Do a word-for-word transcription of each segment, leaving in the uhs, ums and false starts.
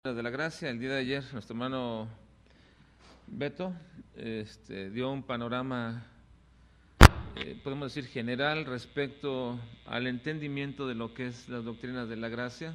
De la gracia. El día de ayer nuestro hermano Beto este, dio un panorama, eh, podemos decir general, respecto al entendimiento de lo que es las doctrinas de la gracia.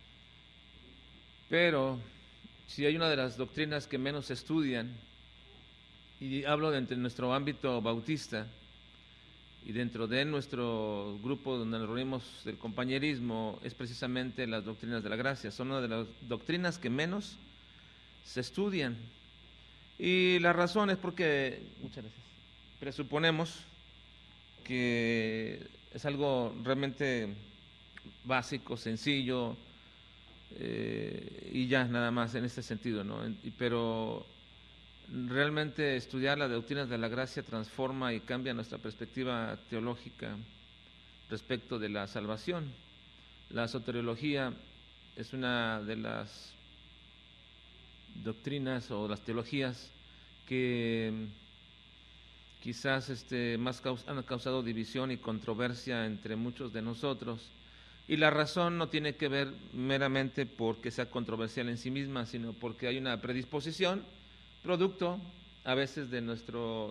Pero si hay una de las doctrinas que menos se estudian, y hablo de entre nuestro ámbito bautista y dentro de nuestro grupo donde nos reunimos del compañerismo, es precisamente las doctrinas de la gracia. Son una de las doctrinas que menos se estudian. Y la razón es porque, muchas gracias, presuponemos que es algo realmente básico, sencillo, eh, y ya nada más en este sentido, ¿no? Pero realmente estudiar las doctrinas de la gracia transforma y cambia nuestra perspectiva teológica respecto de la salvación. La soteriología es una de las doctrinas o las teologías que quizás este, más caus- han causado división y controversia entre muchos de nosotros. Y la razón no tiene que ver meramente porque sea controversial en sí misma, sino porque hay una predisposición producto a veces de nuestro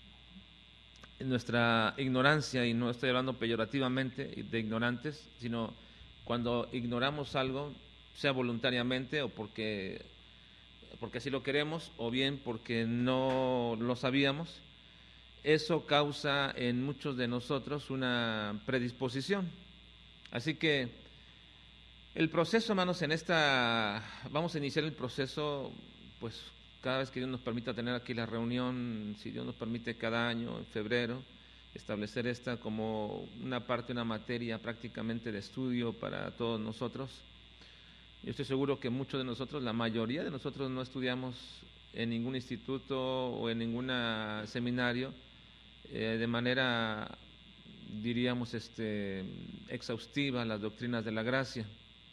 nuestra ignorancia, y no estoy hablando peyorativamente de ignorantes, sino cuando ignoramos algo, sea voluntariamente o porque, porque así lo queremos, o bien porque no lo sabíamos, eso causa en muchos de nosotros una predisposición. Así que el proceso, hermanos, en esta, vamos a iniciar el proceso, pues, cada vez que Dios nos permita tener aquí la reunión, si Dios nos permite cada año, en febrero, establecer esta como una parte, una materia prácticamente de estudio para todos nosotros. Yo estoy seguro que muchos de nosotros, la mayoría de nosotros, no estudiamos en ningún instituto o en ningún seminario eh, de manera, diríamos, este, exhaustiva las doctrinas de la gracia.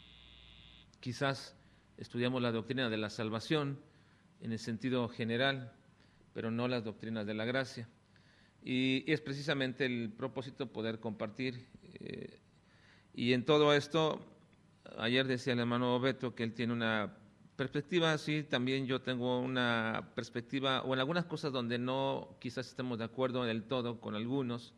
Quizás estudiamos la doctrina de la salvación en el sentido general, pero no las doctrinas de la gracia. Y es precisamente el propósito poder compartir. Eh, y en todo esto, ayer decía el hermano Beto que él tiene una perspectiva, sí, también yo tengo una perspectiva, o en algunas cosas donde no quizás estemos de acuerdo del todo con algunos,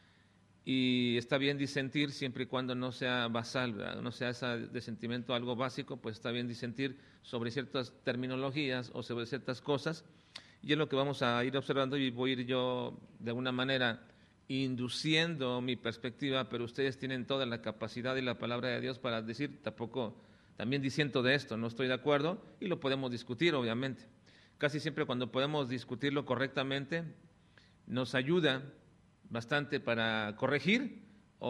y está bien disentir siempre y cuando no sea basal, ¿verdad? No sea ese disentimiento algo básico, pues está bien disentir sobre ciertas terminologías o sobre ciertas cosas, y es lo que vamos a ir observando, y voy a ir yo de alguna manera induciendo mi perspectiva, pero ustedes tienen toda la capacidad y la palabra de Dios para decir, tampoco, también disiento de esto, no estoy de acuerdo, y lo podemos discutir, obviamente. Casi siempre cuando podemos discutirlo correctamente, nos ayuda bastante para corregir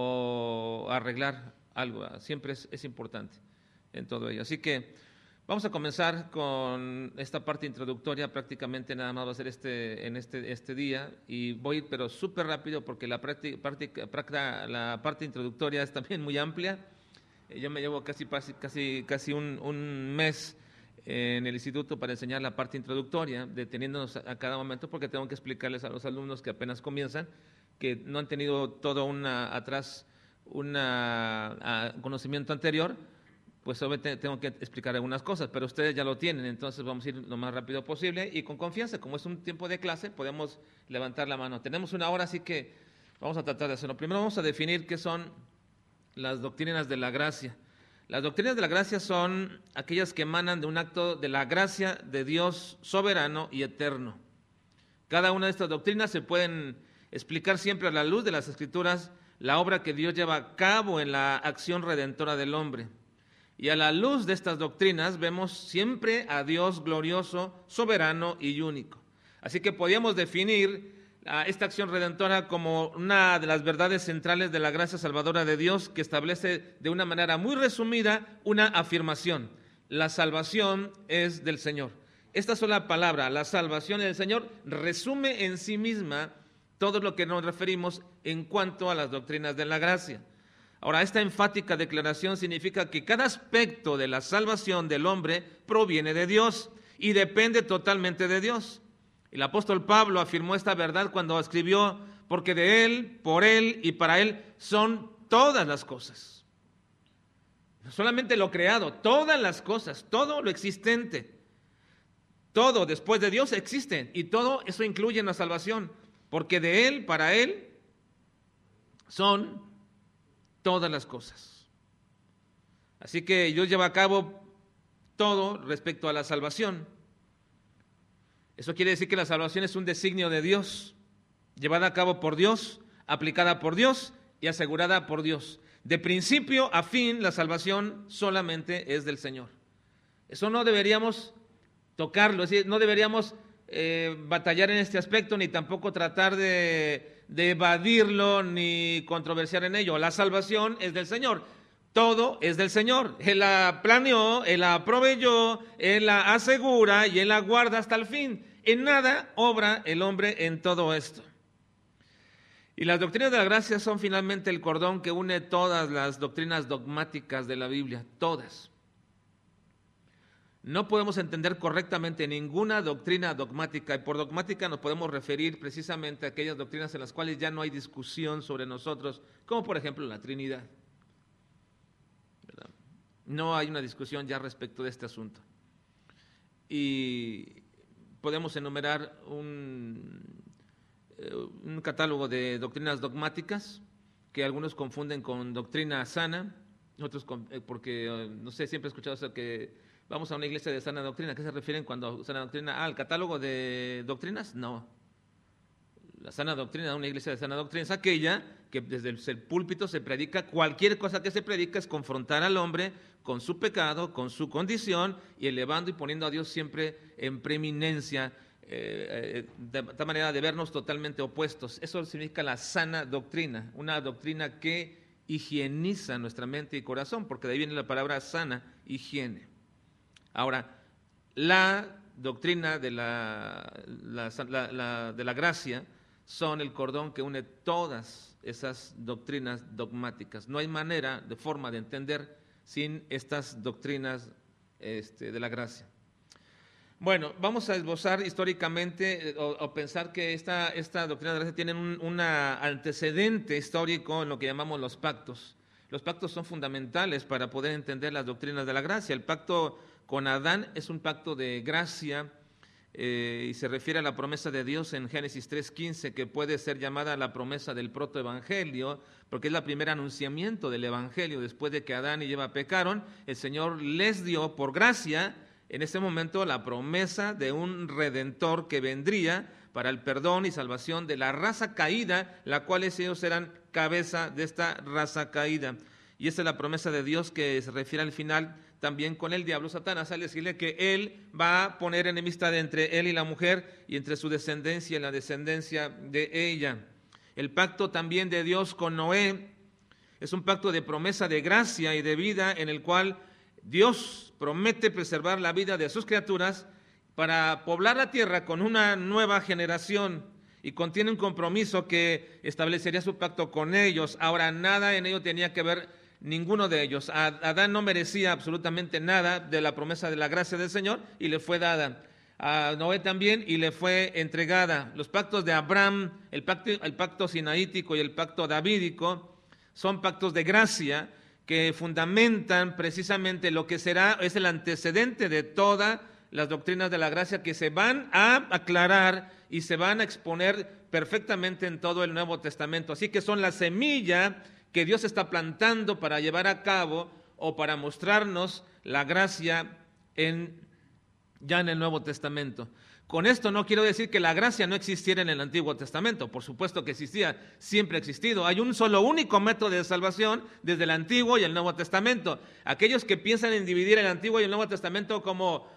o arreglar algo. Siempre es, es importante en todo ello. Así que vamos a comenzar con esta parte introductoria. Prácticamente nada más va a ser este, en este, este día, y voy pero súper rápido porque la, práctica, práctica, la parte introductoria es también muy amplia. Yo me llevo casi, casi, casi un, un mes en el instituto para enseñar la parte introductoria, deteniéndonos a cada momento porque tengo que explicarles a los alumnos que apenas comienzan, que no han tenido todo una, atrás un conocimiento anterior, pues obviamente tengo que explicar algunas cosas, pero ustedes ya lo tienen, entonces vamos a ir lo más rápido posible y con confianza. Como es un tiempo de clase, podemos levantar la mano. Tenemos una hora, así que vamos a tratar de hacerlo. Primero vamos a definir qué son las doctrinas de la gracia. Las doctrinas de la gracia son aquellas que emanan de un acto de la gracia de Dios soberano y eterno. Cada una de estas doctrinas se pueden explicar siempre a la luz de las Escrituras, la obra que Dios lleva a cabo en la acción redentora del hombre. Y a la luz de estas doctrinas vemos siempre a Dios glorioso, soberano y único. Así que podríamos definir a esta acción redentora como una de las verdades centrales de la gracia salvadora de Dios, que establece de una manera muy resumida una afirmación: la salvación es del Señor. Esta sola palabra, la salvación del Señor, resume en sí misma todo lo que nos referimos en cuanto a las doctrinas de la gracia. Ahora, esta enfática declaración significa que cada aspecto de la salvación del hombre proviene de Dios y depende totalmente de Dios. El apóstol Pablo afirmó esta verdad cuando escribió: porque de Él, por Él y para Él son todas las cosas. solamente lo creado, todas las cosas, todo lo existente, todo después de Dios existe, y todo eso incluye en la salvación, porque de Él, para Él, son todas las cosas. Así que Dios lleva a cabo todo respecto a la salvación. Eso quiere decir que la salvación es un designio de Dios, llevada a cabo por Dios, aplicada por Dios y asegurada por Dios. De principio a fin, la salvación solamente es del Señor. Eso no deberíamos tocarlo, es decir, no deberíamos eh, batallar en este aspecto, ni tampoco tratar de, de evadirlo, ni controversiar en ello. La salvación es del Señor. Todo es del Señor. Él la planeó, Él la proveyó, Él la asegura y Él la guarda hasta el fin. En nada obra el hombre en todo esto. Y las doctrinas de la gracia son finalmente el cordón que une todas las doctrinas dogmáticas de la Biblia, todas. No podemos entender correctamente ninguna doctrina dogmática, y por dogmática nos podemos referir precisamente a aquellas doctrinas en las cuales ya no hay discusión sobre nosotros, como por ejemplo la Trinidad. ¿Verdad? No hay una discusión ya respecto de este asunto. Y podemos enumerar un... un catálogo de doctrinas dogmáticas que algunos confunden con doctrina sana, otros con, eh, porque, no sé, siempre he escuchado eso que vamos a una iglesia de sana doctrina. ¿A qué se refieren cuando sana doctrina? Ah, ¿el catálogo de doctrinas? No. La sana doctrina de una iglesia de sana doctrina es aquella que desde el púlpito se predica, cualquier cosa que se predica es confrontar al hombre con su pecado, con su condición, y elevando y poniendo a Dios siempre en preeminencia, Eh, de tal manera de vernos totalmente opuestos. Eso significa la sana doctrina, una doctrina que higieniza nuestra mente y corazón, porque de ahí viene la palabra sana, higiene. Ahora, la doctrina de la, la, la, la, de la gracia son el cordón que une todas esas doctrinas dogmáticas. No hay manera, de forma de entender sin estas doctrinas este, de la gracia. Bueno, vamos a esbozar históricamente o, o pensar que esta, esta doctrina de la gracia tiene un una antecedente histórico en lo que llamamos los pactos. Los pactos son fundamentales para poder entender las doctrinas de la gracia. El pacto con Adán es un pacto de gracia eh, y se refiere a la promesa de Dios en Génesis tres quince, que puede ser llamada la promesa del protoevangelio, porque es la primera anunciamiento del evangelio. Después de que Adán y Eva pecaron, el Señor les dio por gracia en ese momento la promesa de un redentor que vendría para el perdón y salvación de la raza caída, la cual ellos eran cabeza de esta raza caída. Y esa es la promesa de Dios que se refiere al final también con el diablo, Satanás, al decirle que él va a poner enemistad entre él y la mujer y entre su descendencia y la descendencia de ella. El pacto también de Dios con Noé es un pacto de promesa de gracia y de vida, en el cual Dios promete preservar la vida de sus criaturas para poblar la tierra con una nueva generación, y contiene un compromiso que establecería su pacto con ellos. Ahora, nada en ello tenía que ver ninguno de ellos. Adán no merecía absolutamente nada de la promesa de la gracia del Señor y le fue dada. A Noé también y le fue entregada. Los pactos de Abraham, el pacto, el pacto sinaítico y el pacto davídico son pactos de gracia que fundamentan precisamente lo que será, es el antecedente de todas las doctrinas de la gracia, que se van a aclarar y se van a exponer perfectamente en todo el Nuevo Testamento. Así que son la semilla que Dios está plantando para llevar a cabo o para mostrarnos la gracia en, ya en el Nuevo Testamento. Con esto no quiero decir que la gracia no existiera en el Antiguo Testamento. Por supuesto que existía, siempre ha existido. Hay un solo único método de salvación desde el Antiguo y el Nuevo Testamento. Aquellos que piensan en dividir el Antiguo y el Nuevo Testamento como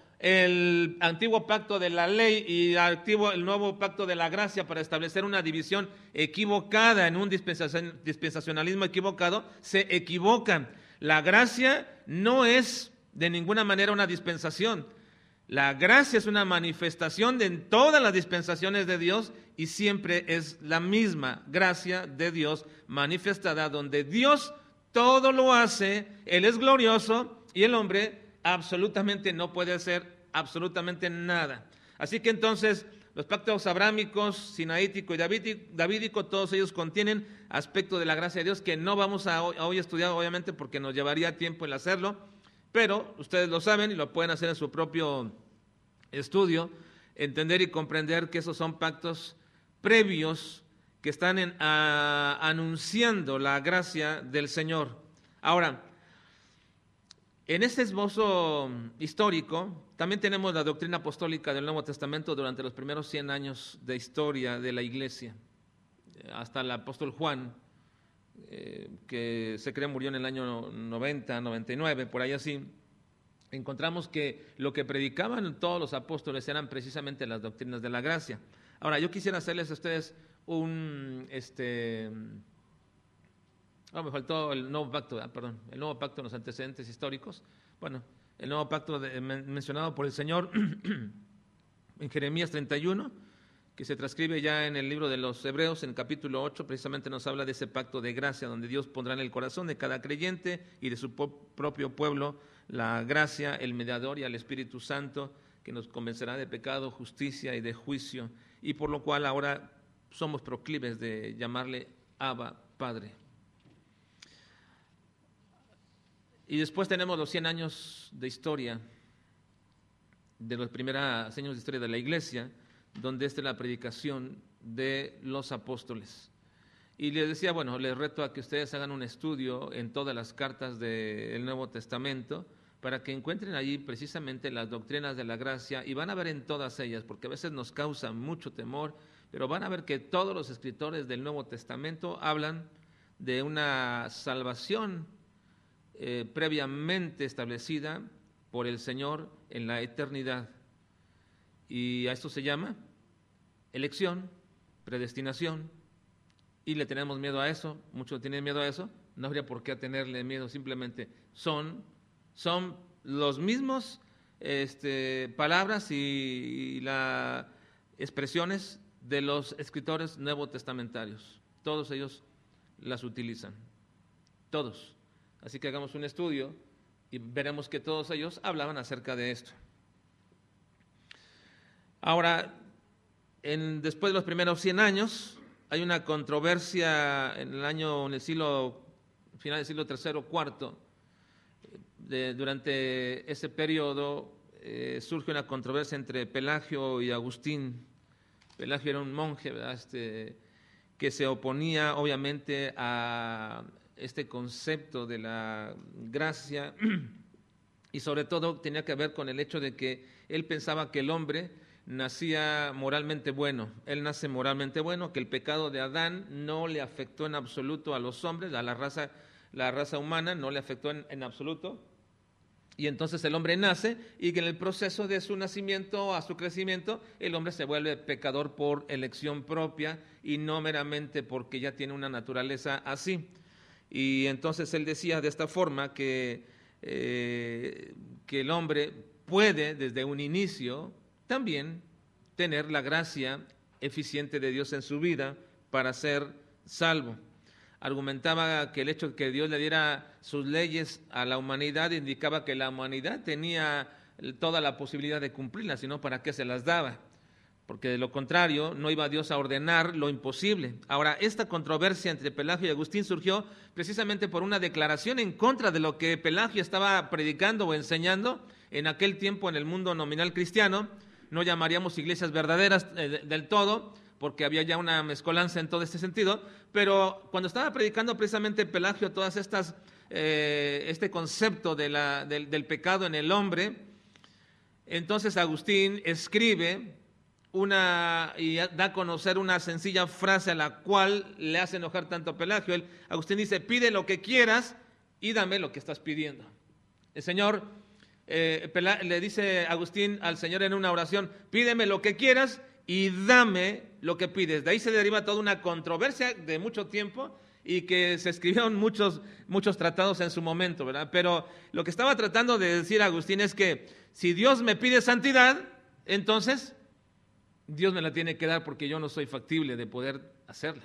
el antiguo pacto de la ley y el, antiguo, el nuevo pacto de la gracia para establecer una división equivocada en un dispensacionalismo equivocado, se equivocan. La gracia no es de ninguna manera una dispensación. La gracia es una manifestación de en todas las dispensaciones de Dios y siempre es la misma gracia de Dios manifestada, donde Dios todo lo hace, Él es glorioso y el hombre absolutamente no puede hacer absolutamente nada. Así que entonces los pactos abrámicos, sinaítico y davídico, todos ellos contienen aspectos de la gracia de Dios que no vamos a hoy, a hoy estudiar, obviamente, porque nos llevaría tiempo el hacerlo, pero ustedes lo saben y lo pueden hacer en su propio estudio, entender y comprender que esos son pactos previos que están en, a, anunciando la gracia del Señor. Ahora, en este esbozo histórico, también tenemos la doctrina apostólica del Nuevo Testamento durante los primeros cien años de historia de la Iglesia, hasta el apóstol Juan, eh, que se cree murió en el año noventa, noventa y nueve, por ahí así. Encontramos que lo que predicaban todos los apóstoles eran precisamente las doctrinas de la gracia. Ahora, yo quisiera hacerles a ustedes un... este Oh, me faltó el nuevo pacto, ah, perdón, el nuevo pacto en los antecedentes históricos. Bueno, el nuevo pacto de, men, mencionado por el Señor en Jeremías treinta y uno, que se transcribe ya en el libro de los Hebreos, en el capítulo ocho, precisamente nos habla de ese pacto de gracia, donde Dios pondrá en el corazón de cada creyente y de su po- propio pueblo la gracia, el mediador y al Espíritu Santo, que nos convencerá de pecado, justicia y de juicio, y por lo cual ahora somos proclives de llamarle Abba, Padre. Y después tenemos los cien años de historia, de los primeros años de historia de la Iglesia, donde esta es la predicación de los apóstoles. Y les decía, bueno, les reto a que ustedes hagan un estudio en todas las cartas del Nuevo Testamento, para que encuentren allí precisamente las doctrinas de la gracia, y van a ver en todas ellas, porque a veces nos causa mucho temor, pero van a ver que todos los escritores del Nuevo Testamento hablan de una salvación Eh, previamente establecida por el Señor en la eternidad. Y a esto se llama elección, predestinación, y le tenemos miedo a eso, muchos tienen miedo a eso, no habría por qué tenerle miedo, simplemente son, son los mismos este, palabras y, y las expresiones de los escritores nuevotestamentarios, todos ellos las utilizan, todos. Así que hagamos un estudio y veremos que todos ellos hablaban acerca de esto. Ahora, en, después de los primeros cien años, hay una controversia en el año, en el siglo, final del siglo tercero, cuarto, de, durante ese periodo eh, surge una controversia entre Pelagio y Agustín. Pelagio era un monje, ¿verdad? Este, que se oponía obviamente a este concepto de la gracia, y sobre todo tenía que ver con el hecho de que él pensaba que el hombre nacía moralmente bueno, él nace moralmente bueno, que el pecado de Adán no le afectó en absoluto a los hombres, a la raza, la raza humana no le afectó en, en absoluto, y entonces el hombre nace, y que en el proceso de su nacimiento a su crecimiento, el hombre se vuelve pecador por elección propia, y no meramente porque ya tiene una naturaleza así. Y entonces él decía de esta forma que, eh, que el hombre puede desde un inicio también tener la gracia eficiente de Dios en su vida para ser salvo. Argumentaba que el hecho de que Dios le diera sus leyes a la humanidad indicaba que la humanidad tenía toda la posibilidad de cumplirlas, sino para qué se las daba, porque de lo contrario no iba Dios a ordenar lo imposible. Ahora, esta controversia entre Pelagio y Agustín surgió precisamente por una declaración en contra de lo que Pelagio estaba predicando o enseñando en aquel tiempo en el mundo nominal cristiano. No llamaríamos iglesias verdaderas eh, del todo, porque había ya una mezcolanza en todo este sentido, pero cuando estaba predicando precisamente Pelagio todas estas, eh, este concepto de la, del, del pecado en el hombre, entonces Agustín escribe una y da a conocer una sencilla frase a la cual le hace enojar tanto a Pelagio. Él, Agustín dice, pide lo que quieras y dame lo que estás pidiendo. El Señor, eh, le dice Agustín al Señor en una oración, pídeme lo que quieras y dame lo que pides. De ahí se deriva toda una controversia de mucho tiempo y que se escribieron muchos, muchos tratados en su momento, ¿verdad? Pero lo que estaba tratando de decir Agustín es que si Dios me pide santidad, entonces Dios me la tiene que dar porque yo no soy factible de poder hacerla.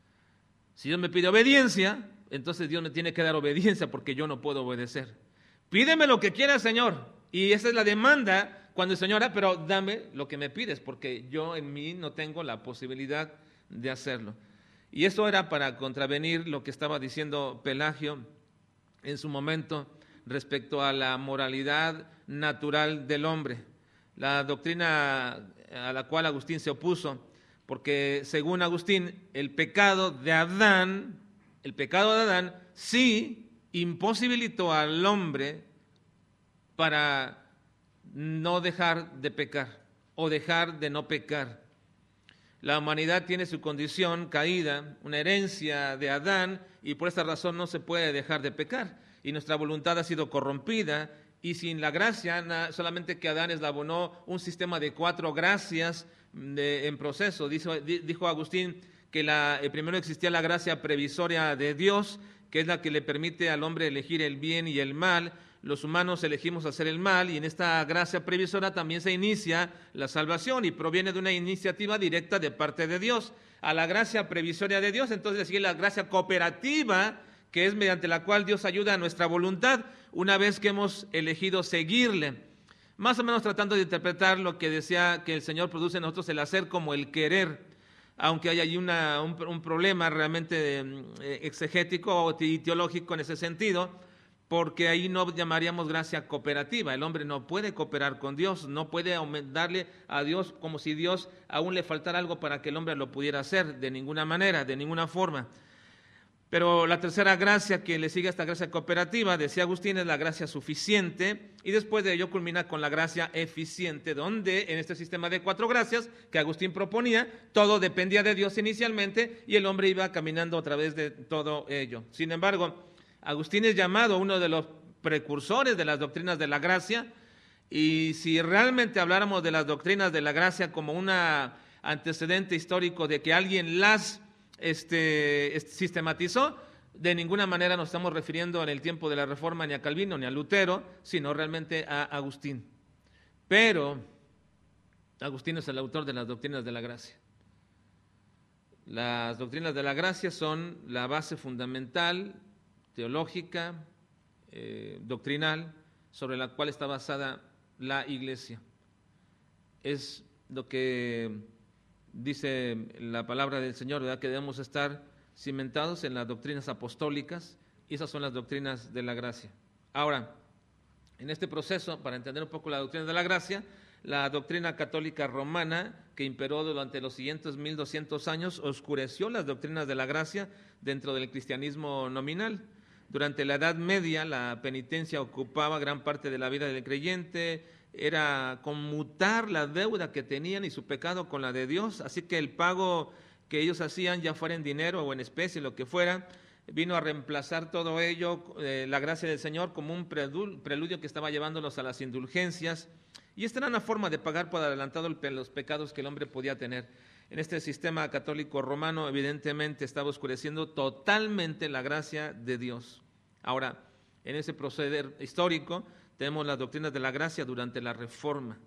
Si Dios me pide obediencia, entonces Dios me tiene que dar obediencia porque yo no puedo obedecer. Pídeme lo que quieras, Señor. Y esa es la demanda cuando el Señor ora, pero dame lo que me pides, porque yo en mí no tengo la posibilidad de hacerlo. Y eso era para contravenir lo que estaba diciendo Pelagio en su momento respecto a la moralidad natural del hombre, la doctrina a la cual Agustín se opuso, porque según Agustín, el pecado de Adán, el pecado de Adán sí imposibilitó al hombre para no dejar de pecar o dejar de no pecar. La humanidad tiene su condición caída, una herencia de Adán, y por esta razón no se puede dejar de pecar. Y nuestra voluntad ha sido corrompida, y sin la gracia, solamente que Adán eslabonó un sistema de cuatro gracias de, en proceso. Dijo, dijo Agustín que la, primero existía la gracia previsoria de Dios, que es la que le permite al hombre elegir el bien y el mal. Los humanos elegimos hacer el mal, y en esta gracia previsora también se inicia la salvación, y proviene de una iniciativa directa de parte de Dios. A la gracia previsoria de Dios, entonces le sigue la gracia cooperativa, que es mediante la cual Dios ayuda a nuestra voluntad una vez que hemos elegido seguirle. Más o menos tratando de interpretar lo que decía que el Señor produce en nosotros el hacer como el querer, aunque hay allí una, un, un problema realmente eh, exegético o teológico en ese sentido, porque ahí no llamaríamos gracia cooperativa. El hombre no puede cooperar con Dios, no puede darle a Dios como si Dios aún le faltara algo para que el hombre lo pudiera hacer, de ninguna manera, de ninguna forma. Pero la tercera gracia que le sigue a esta gracia cooperativa, decía Agustín, es la gracia suficiente, y después de ello culmina con la gracia eficiente, donde en este sistema de cuatro gracias que Agustín proponía, todo dependía de Dios inicialmente, y el hombre iba caminando a través de todo ello. Sin embargo, Agustín es llamado uno de los precursores de las doctrinas de la gracia, y si realmente habláramos de las doctrinas de la gracia como un antecedente histórico de que alguien las este, sistematizó, de ninguna manera nos estamos refiriendo en el tiempo de la Reforma ni a Calvino ni a Lutero, sino realmente a Agustín. Pero Agustín es el autor de las doctrinas de la gracia. Las doctrinas de la gracia son la base fundamental teológica, eh, doctrinal, sobre la cual está basada la Iglesia. Es lo que dice la palabra del Señor, ¿verdad?, que debemos estar cimentados en las doctrinas apostólicas, y esas son las doctrinas de la gracia. Ahora, en este proceso, para entender un poco la doctrina de la gracia, la doctrina católica romana, que imperó durante los siguientes mil doscientos años, oscureció las doctrinas de la gracia dentro del cristianismo nominal. Durante la Edad Media, la penitencia ocupaba gran parte de la vida del creyente, era conmutar la deuda que tenían y su pecado con la de Dios, así que el pago que ellos hacían, ya fuera en dinero o en especie, lo que fuera, vino a reemplazar todo ello, eh, la gracia del Señor, como un preludio que estaba llevándolos a las indulgencias, y esta era una forma de pagar por adelantado los pecados que el hombre podía tener. En este sistema católico romano, evidentemente, estaba oscureciendo totalmente la gracia de Dios. Ahora, en ese proceder histórico, tenemos las doctrinas de la gracia durante la Reforma.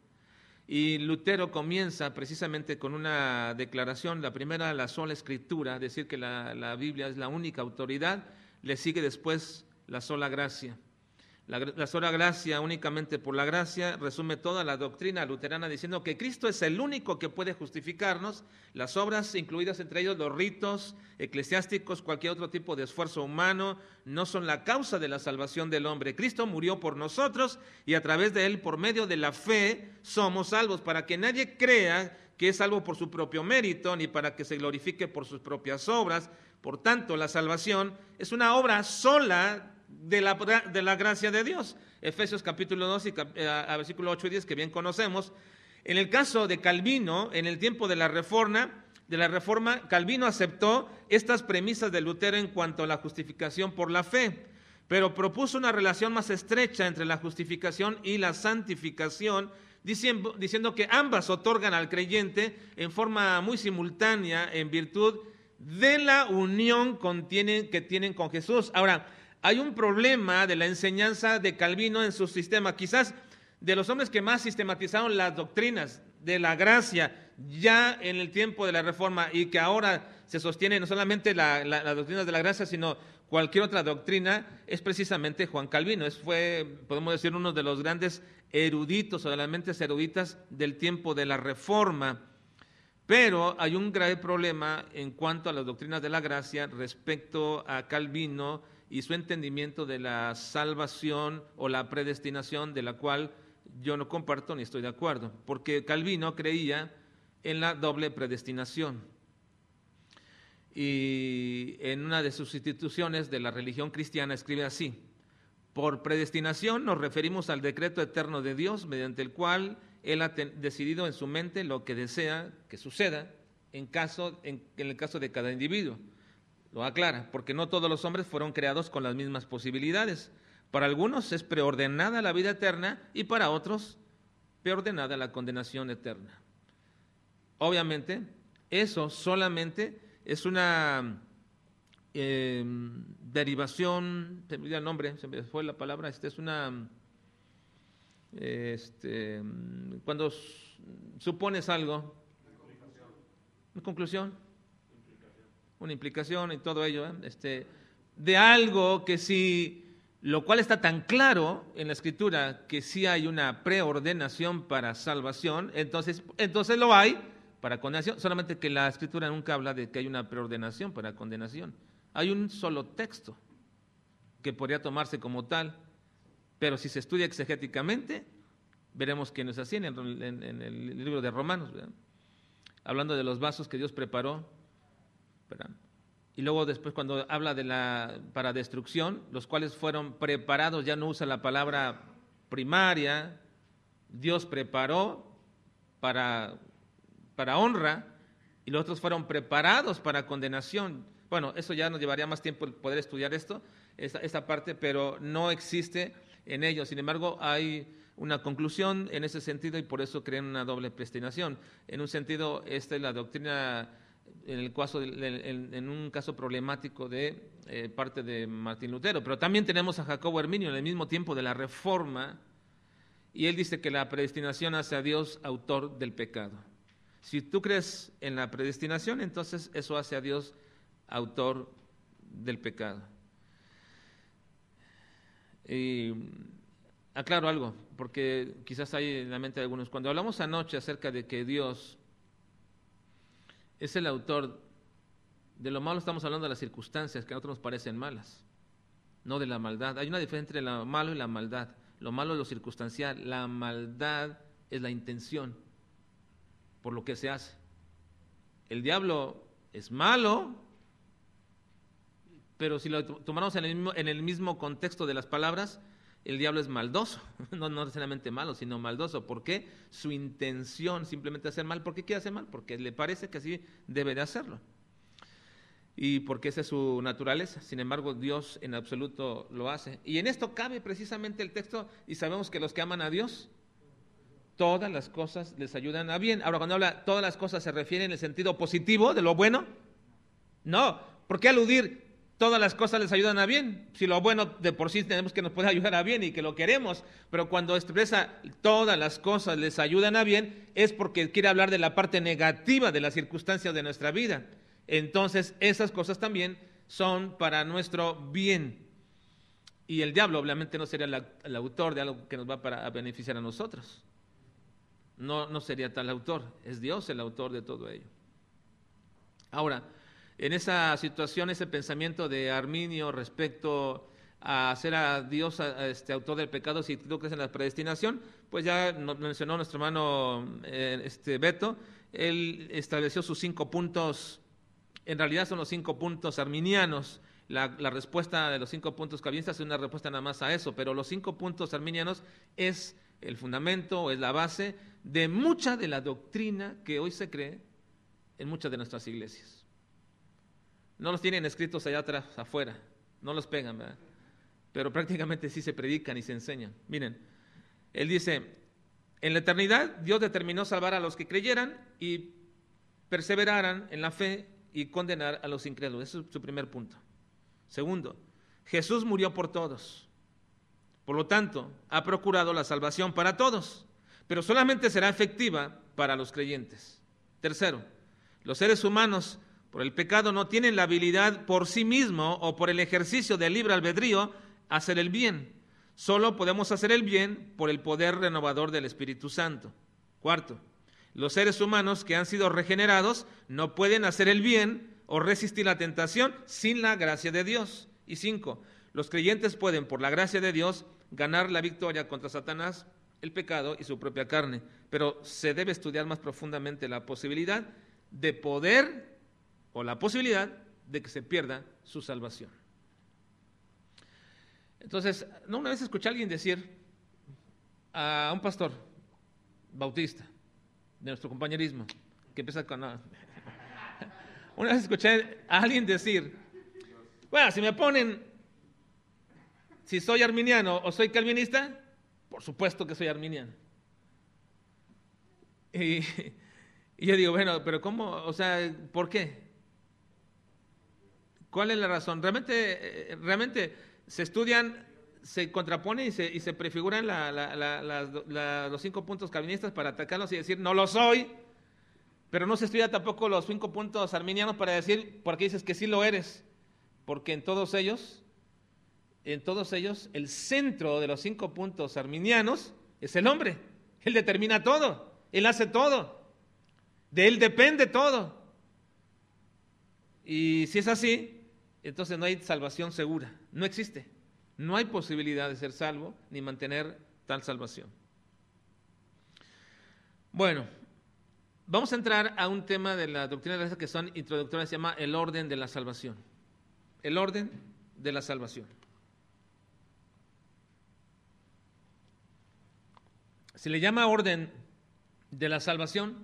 Y Lutero comienza precisamente con una declaración, la primera, la sola Escritura, decir que la, la Biblia es la única autoridad, le sigue después la sola gracia. La, la sola gracia, únicamente por la gracia, resume toda la doctrina luterana diciendo que Cristo es el único que puede justificarnos, las obras, incluidas entre ellos los ritos eclesiásticos, cualquier otro tipo de esfuerzo humano, no son la causa de la salvación del hombre. Cristo murió por nosotros y a través de él, por medio de la fe, somos salvos, para que nadie crea que es salvo por su propio mérito, ni para que se glorifique por sus propias obras. Por tanto, la salvación es una obra sola de la, de la gracia de Dios. Efesios capítulo dos, y cap, a, a versículo ocho y diez, que bien conocemos. En el caso de Calvino, en el tiempo de la Reforma, de la Reforma, Calvino aceptó estas premisas de Lutero en cuanto a la justificación por la fe, pero propuso una relación más estrecha entre la justificación y la santificación, diciendo, diciendo que ambas otorgan al creyente en forma muy simultánea en virtud de la unión con tienen, que tienen con Jesús. Ahora, hay un problema de la enseñanza de Calvino en su sistema. Quizás de los hombres que más sistematizaron las doctrinas de la gracia ya en el tiempo de la Reforma, y que ahora se sostiene no solamente la, la, las doctrinas de la gracia, sino cualquier otra doctrina, es precisamente Juan Calvino. Es, fue, podemos decir, uno de los grandes eruditos o de las mentes eruditas del tiempo de la Reforma. Pero hay un grave problema en cuanto a las doctrinas de la gracia respecto a Calvino y su entendimiento de la salvación o la predestinación, de la cual yo no comparto ni estoy de acuerdo, porque Calvino creía en la doble predestinación. Y en una de sus instituciones de la religión cristiana escribe así: por predestinación nos referimos al decreto eterno de Dios, mediante el cual Él ha decidido en su mente lo que desea que suceda en, caso, en, en el caso de cada individuo. Lo aclara, porque no todos los hombres fueron creados con las mismas posibilidades. Para algunos es preordenada la vida eterna y para otros preordenada la condenación eterna. Obviamente, eso solamente es una eh, derivación, se me olvidó el nombre, se me fue la palabra, este es una, este, cuando supones algo, una conclusión, una implicación y todo ello, ¿eh? este, de algo que si, lo cual está tan claro en la Escritura que sí hay una preordenación para salvación, entonces, entonces lo hay para condenación, solamente que la Escritura nunca habla de que hay una preordenación para condenación. Hay un solo texto que podría tomarse como tal, pero si se estudia exegéticamente, veremos que no es así en el, en, en el libro de Romanos, ¿verdad? Hablando de los vasos que Dios preparó, ¿verdad? Y luego después cuando habla de la para destrucción, los cuales fueron preparados, ya no usa la palabra primaria, Dios preparó para, para honra, y los otros fueron preparados para condenación. Bueno, eso ya nos llevaría más tiempo el poder estudiar esto, esta, esta parte, pero no existe en ellos. Sin embargo, hay una conclusión en ese sentido y por eso creen una doble predestinación. En un sentido, esta es la doctrina en, el caso, en, en un caso problemático de eh, parte de Martín Lutero. Pero también tenemos a Jacobo Herminio en el mismo tiempo de la Reforma, y él dice que la predestinación hace a Dios autor del pecado. Si tú crees en la predestinación, entonces eso hace a Dios autor del pecado. Y aclaro algo, porque quizás hay en la mente de algunos. Cuando hablamos anoche acerca de que Dios es el autor de lo malo, estamos hablando de las circunstancias que a nosotros nos parecen malas, no de la maldad. Hay una diferencia entre lo malo y la maldad. Lo malo es lo circunstancial, la maldad es la intención por lo que se hace. El diablo es malo, pero si lo tomamos en el mismo, en el mismo contexto de las palabras, el diablo es maldoso, no, no necesariamente malo, sino maldoso. ¿Por qué? Su intención simplemente hacer mal. ¿Por qué quiere hacer mal? Porque le parece que así debe de hacerlo. Y porque esa es su naturaleza. Sin embargo, Dios en absoluto lo hace. Y en esto cabe precisamente el texto, y sabemos que los que aman a Dios, todas las cosas les ayudan a bien. Ahora, cuando habla todas las cosas, ¿se refiere en el sentido positivo de lo bueno? No. ¿Por qué aludir todas las cosas les ayudan a bien? Si lo bueno de por sí tenemos que nos puede ayudar a bien y que lo queremos, pero cuando expresa todas las cosas les ayudan a bien, es porque quiere hablar de la parte negativa de las circunstancias de nuestra vida. Entonces, esas cosas también son para nuestro bien. Y el diablo obviamente no sería la, el autor de algo que nos va para, a beneficiar a nosotros. No, no sería tal autor, es Dios el autor de todo ello. Ahora, en esa situación, ese pensamiento de Arminio respecto a hacer a Dios a, a este autor del pecado, si tú crees en la predestinación, pues ya nos mencionó nuestro hermano eh, este Beto, él estableció sus cinco puntos. En realidad son los cinco puntos arminianos. La, la respuesta de los cinco puntos calvinistas es una respuesta nada más a eso, pero los cinco puntos arminianos es el fundamento, es la base de mucha de la doctrina que hoy se cree en muchas de nuestras iglesias. No los tienen escritos allá atrás, afuera, no los pegan, ¿verdad? Pero prácticamente sí se predican y se enseñan. Miren, él dice, en la eternidad Dios determinó salvar a los que creyeran y perseveraran en la fe y condenar a los incrédulos. Ese es su primer punto. Segundo, Jesús murió por todos. Por lo tanto, ha procurado la salvación para todos, pero solamente será efectiva para los creyentes. Tercero, los seres humanos por el pecado no tienen la habilidad por sí mismo o por el ejercicio del libre albedrío a hacer el bien. Solo podemos hacer el bien por el poder renovador del Espíritu Santo. Cuarto, los seres humanos que han sido regenerados no pueden hacer el bien o resistir la tentación sin la gracia de Dios. Y cinco, los creyentes pueden, por la gracia de Dios, ganar la victoria contra Satanás, el pecado y su propia carne. Pero se debe estudiar más profundamente la posibilidad de poder o la posibilidad de que se pierda su salvación. Entonces, no una vez escuché a alguien decir a un pastor bautista de nuestro compañerismo, que empieza con... No. Una vez escuché a alguien decir, bueno, si me ponen, si soy arminiano o soy calvinista, por supuesto que soy arminiano. Y, y yo digo, bueno, pero ¿cómo? O sea, ¿por qué? ¿Cuál es la razón? Realmente, realmente se estudian, se contraponen y se, y se prefiguran la, la, la, la, la, los cinco puntos calvinistas para atacarlos y decir, no lo soy, pero no se estudia tampoco los cinco puntos arminianos para decir, porque dices que sí lo eres, porque en todos ellos, en todos ellos, el centro de los cinco puntos arminianos es el hombre. Él determina todo, él hace todo, de él depende todo. Y si es así, entonces no hay salvación segura, no existe. No hay posibilidad de ser salvo ni mantener tal salvación. Bueno, vamos a entrar a un tema de la doctrina de la gracia que son introductorias, se llama el orden de la salvación. El orden de la salvación. Se le llama orden de la salvación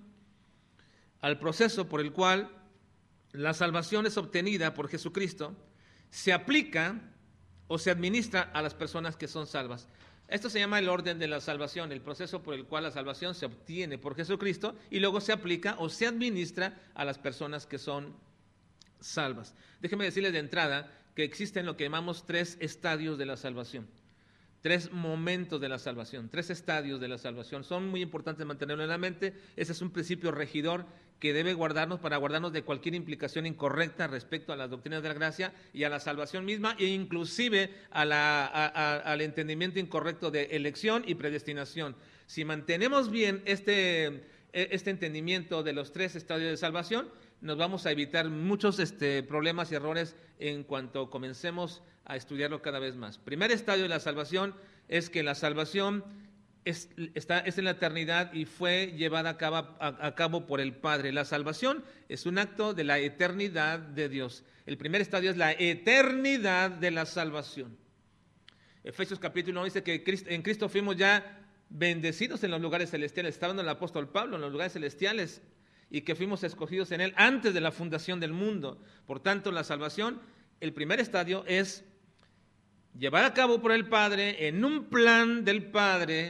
al proceso por el cual la salvación es obtenida por Jesucristo, se aplica o se administra a las personas que son salvas. Esto se llama el orden de la salvación, el proceso por el cual la salvación se obtiene por Jesucristo y luego se aplica o se administra a las personas que son salvas. Déjenme decirles de entrada que existen lo que llamamos tres estadios de la salvación. Tres momentos de la salvación, tres estadios de la salvación. Son muy importantes mantenerlo en la mente. Ese es un principio regidor que debe guardarnos para guardarnos de cualquier implicación incorrecta respecto a las doctrinas de la gracia y a la salvación misma e inclusive a la, a, a, al entendimiento incorrecto de elección y predestinación. Si mantenemos bien este, este entendimiento de los tres estadios de salvación, nos vamos a evitar muchos este, problemas y errores en cuanto comencemos a estudiarlo cada vez más. Primer estadio de la salvación es que la salvación es, está, es en la eternidad y fue llevada a cabo, a, a cabo por el Padre. La salvación es un acto de la eternidad de Dios. El primer estadio es la eternidad de la salvación. Efesios capítulo uno dice que Cristo, en Cristo fuimos ya bendecidos en los lugares celestiales. Estaba hablando el apóstol Pablo en los lugares celestiales y que fuimos escogidos en Él antes de la fundación del mundo. Por tanto, la salvación, el primer estadio es llevar a cabo por el Padre en un plan del Padre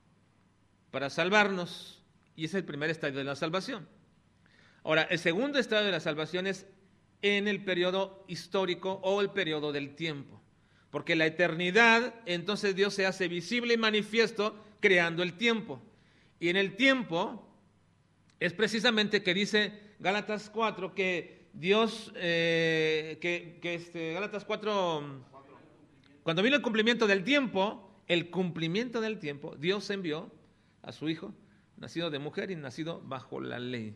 para salvarnos, y ese es el primer estadio de la salvación. Ahora, el segundo estadio de la salvación es en el periodo histórico o el periodo del tiempo, porque la eternidad, entonces Dios se hace visible y manifiesto creando el tiempo, y en el tiempo es precisamente que dice Gálatas cuatro que Dios, eh, que, que este, Gálatas cuatro, cuando vino el cumplimiento del tiempo, el cumplimiento del tiempo, Dios envió a su Hijo, nacido de mujer y nacido bajo la ley.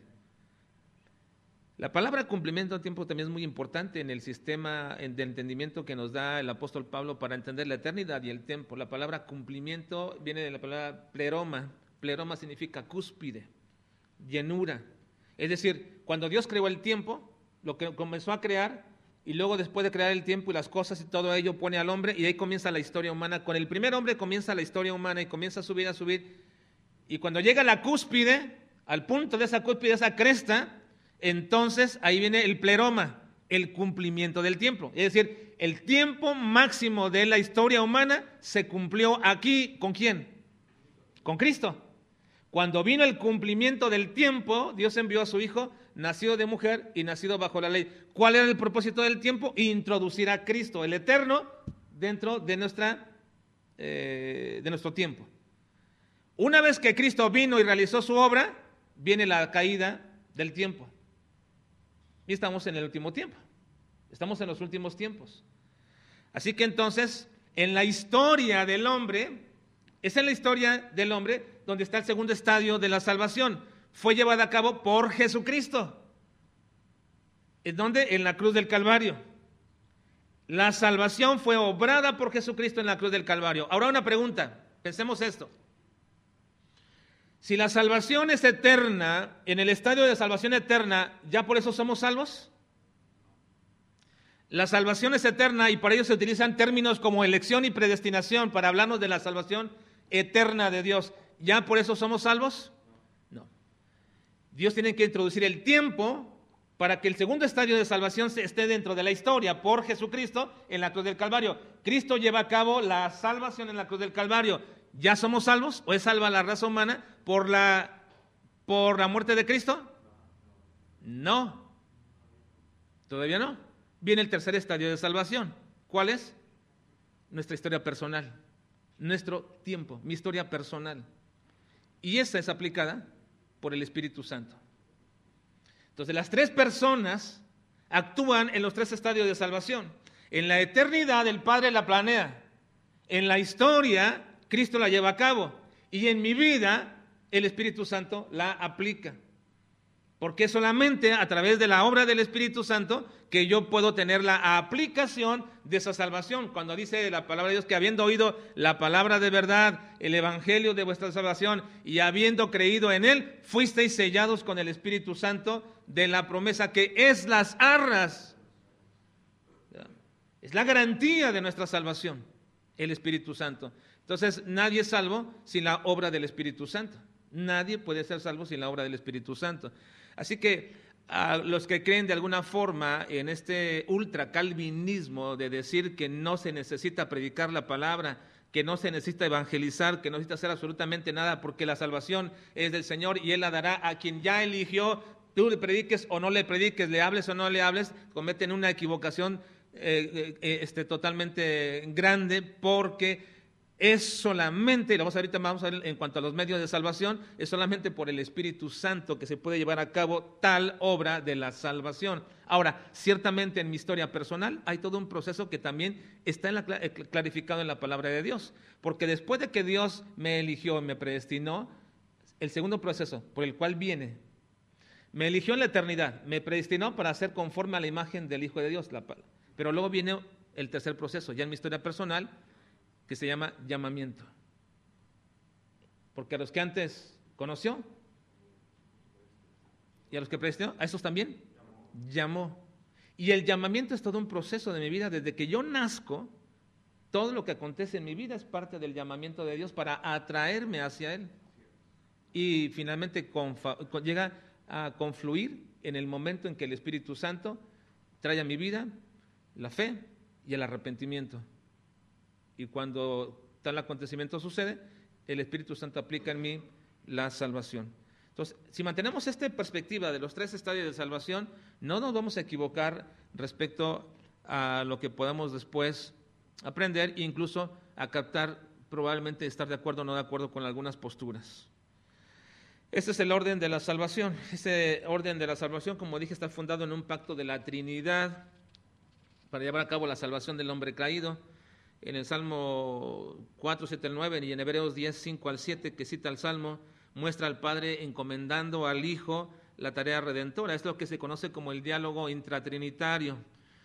La palabra cumplimiento del tiempo también es muy importante en el sistema de entendimiento que nos da el apóstol Pablo para entender la eternidad y el tiempo. La palabra cumplimiento viene de la palabra pleroma. Pleroma significa cúspide, llenura. Es decir, cuando Dios creó el tiempo, lo que comenzó a crear, y luego después de crear el tiempo y las cosas y todo ello pone al hombre, y ahí comienza la historia humana. Con el primer hombre comienza la historia humana y comienza a subir, a subir, y cuando llega a la cúspide, al punto de esa cúspide, esa cresta, entonces ahí viene el pleroma, el cumplimiento del tiempo. Es decir, el tiempo máximo de la historia humana se cumplió aquí, ¿con quién? Con Cristo. Cuando vino el cumplimiento del tiempo, Dios envió a su Hijo, nacido de mujer y nacido bajo la ley. ¿Cuál era el propósito del tiempo? Introducir a Cristo, el Eterno, dentro de, nuestra, eh, de nuestro tiempo. Una vez que Cristo vino y realizó su obra, viene la caída del tiempo. Y estamos en el último tiempo. Estamos en los últimos tiempos. Así que entonces, En la historia del hombre, es en la historia del hombre donde está el segundo estadio de la salvación. Fue llevada a cabo por Jesucristo. ¿En dónde? En la cruz del Calvario. La salvación fue obrada por Jesucristo en la cruz del Calvario. Ahora una pregunta, pensemos esto. Si la salvación es eterna, en el estadio de salvación eterna, ¿ya por eso somos salvos? La salvación es eterna y para ello se utilizan términos como elección y predestinación para hablarnos de la salvación eterna de Dios. ¿Ya por eso somos salvos? No. Dios tiene que introducir el tiempo para que el segundo estadio de salvación esté dentro de la historia por Jesucristo en la cruz del Calvario. Cristo lleva a cabo la salvación en la cruz del Calvario. ¿Ya somos salvos o es salva la raza humana por la, por la muerte de Cristo? No. Todavía no. Viene el tercer estadio de salvación. ¿Cuál es? Nuestra historia personal, nuestro tiempo, mi historia personal. Y esa es aplicada por el Espíritu Santo. Entonces, las tres personas actúan en los tres estadios de salvación. En la eternidad, el Padre la planea. En la historia, Cristo la lleva a cabo. Y en mi vida, el Espíritu Santo la aplica. Porque es solamente a través de la obra del Espíritu Santo que yo puedo tener la aplicación de esa salvación. Cuando dice la palabra de Dios que habiendo oído la palabra de verdad, el evangelio de vuestra salvación y habiendo creído en él, fuisteis sellados con el Espíritu Santo de la promesa que es las arras. Es la garantía de nuestra salvación, el Espíritu Santo. Entonces nadie es salvo sin la obra del Espíritu Santo. Nadie puede ser salvo sin la obra del Espíritu Santo. Así que a los que creen de alguna forma en este ultracalvinismo de decir que no se necesita predicar la palabra, que no se necesita evangelizar, que no necesita hacer absolutamente nada porque la salvación es del Señor y Él la dará a quien ya eligió, tú le prediques o no le prediques, le hables o no le hables, cometen una equivocación eh, eh, este, totalmente grande porque es solamente, lo vamos a ahorita vamos a ver en cuanto a los medios de salvación, es solamente por el Espíritu Santo que se puede llevar a cabo tal obra de la salvación. Ahora, ciertamente en mi historia personal hay todo un proceso que también está en la, clarificado en la palabra de Dios, porque después de que Dios me eligió y me predestinó, el segundo proceso por el cual viene, me eligió en la eternidad, me predestinó para ser conforme a la imagen del Hijo de Dios, la, pero luego viene el tercer proceso, ya en mi historia personal, que se llama llamamiento. Porque a los que antes conoció y a los que predestinó, a esos también llamó. Y el llamamiento es todo un proceso de mi vida. Desde que yo nazco, todo lo que acontece en mi vida es parte del llamamiento de Dios para atraerme hacia Él. Y finalmente confa, llega a confluir en el momento en que el Espíritu Santo trae a mi vida la fe y el arrepentimiento. Y cuando tal acontecimiento sucede, el Espíritu Santo aplica en mí la salvación. Entonces, si mantenemos esta perspectiva de los tres estadios de salvación, no nos vamos a equivocar respecto a lo que podamos después aprender e incluso a captar, probablemente estar de acuerdo o no de acuerdo con algunas posturas. Este es el orden de la salvación. Este orden de la salvación, como dije, está fundado en un pacto de la Trinidad para llevar a cabo la salvación del hombre caído. En el Salmo cuatro, siete al nueve y en Hebreos diez, cinco al siete, que cita el Salmo, muestra al Padre encomendando al Hijo la tarea redentora. Es lo que se conoce como el diálogo intratrinitario.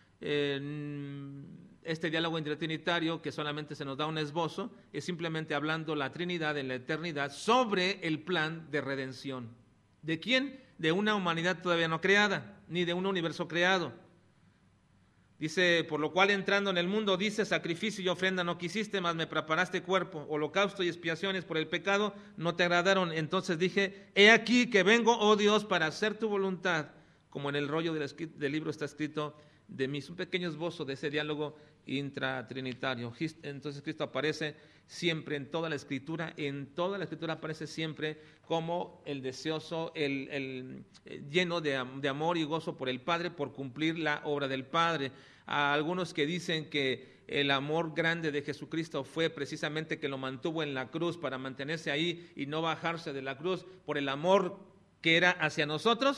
Este diálogo intratrinitario, que solamente se nos da un esbozo, es simplemente hablando la Trinidad en la eternidad sobre el plan de redención. ¿De quién? De una humanidad todavía no creada, ni de un universo creado. Dice, por lo cual entrando en el mundo, dice, sacrificio y ofrenda no quisiste, mas me preparaste cuerpo, holocausto y expiaciones por el pecado no te agradaron. Entonces dije, he aquí que vengo, oh Dios, para hacer tu voluntad, como en el rollo del, del libro está escrito de mí. Es un pequeño esbozo de ese diálogo intratrinitario. Entonces Cristo aparece siempre en toda la Escritura, en toda la Escritura aparece siempre como el deseoso, el, el, el lleno de, de amor y gozo por el Padre, por cumplir la obra del Padre. A algunos que dicen que el amor grande de Jesucristo fue precisamente que lo mantuvo en la cruz para mantenerse ahí y no bajarse de la cruz por el amor que era hacia nosotros,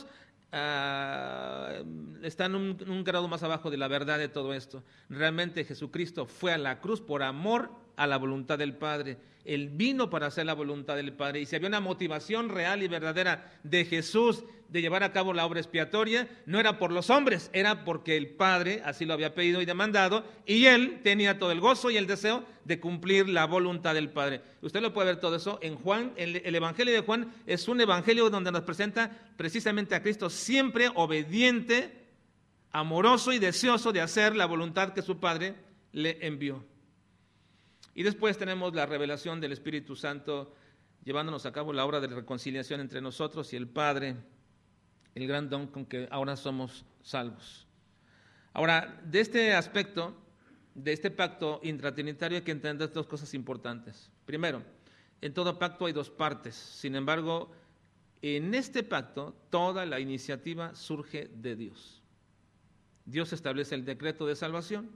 uh, están un, un grado más abajo de la verdad de todo esto. Realmente Jesucristo fue a la cruz por amor a la voluntad del Padre. Él vino para hacer la voluntad del Padre. Y si había una motivación real y verdadera de Jesús de llevar a cabo la obra expiatoria, no era por los hombres, era porque el Padre así lo había pedido y demandado, y Él tenía todo el gozo y el deseo de cumplir la voluntad del Padre. Usted lo puede ver todo eso en Juan. El, el Evangelio de Juan es un evangelio donde nos presenta precisamente a Cristo siempre obediente, amoroso y deseoso de hacer la voluntad que su Padre le envió. Y después tenemos la revelación del Espíritu Santo llevándonos a cabo la obra de reconciliación entre nosotros y el Padre, el gran don con que ahora somos salvos. Ahora, de este aspecto, de este pacto intratrinitario hay que entender dos cosas importantes. Primero, en todo pacto hay dos partes. Sin embargo, en este pacto toda la iniciativa surge de Dios. Dios establece el decreto de salvación.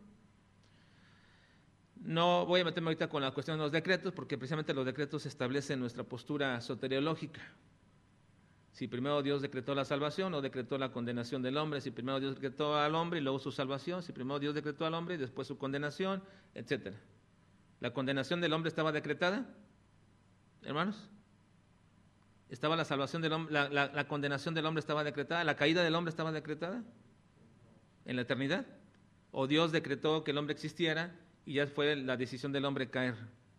No voy a meterme ahorita con la cuestión de los decretos, porque precisamente los decretos establecen nuestra postura soteriológica. Si primero Dios decretó la salvación o decretó la condenación del hombre, si primero Dios decretó al hombre y luego su salvación, si primero Dios decretó al hombre y después su condenación, etcétera. ¿La condenación del hombre estaba decretada, hermanos? ¿Estaba la salvación del hombre, la, la, la condenación del hombre estaba decretada? ¿La caída del hombre estaba decretada en la eternidad? ¿O Dios decretó que el hombre existiera y ya fue la decisión del hombre caer?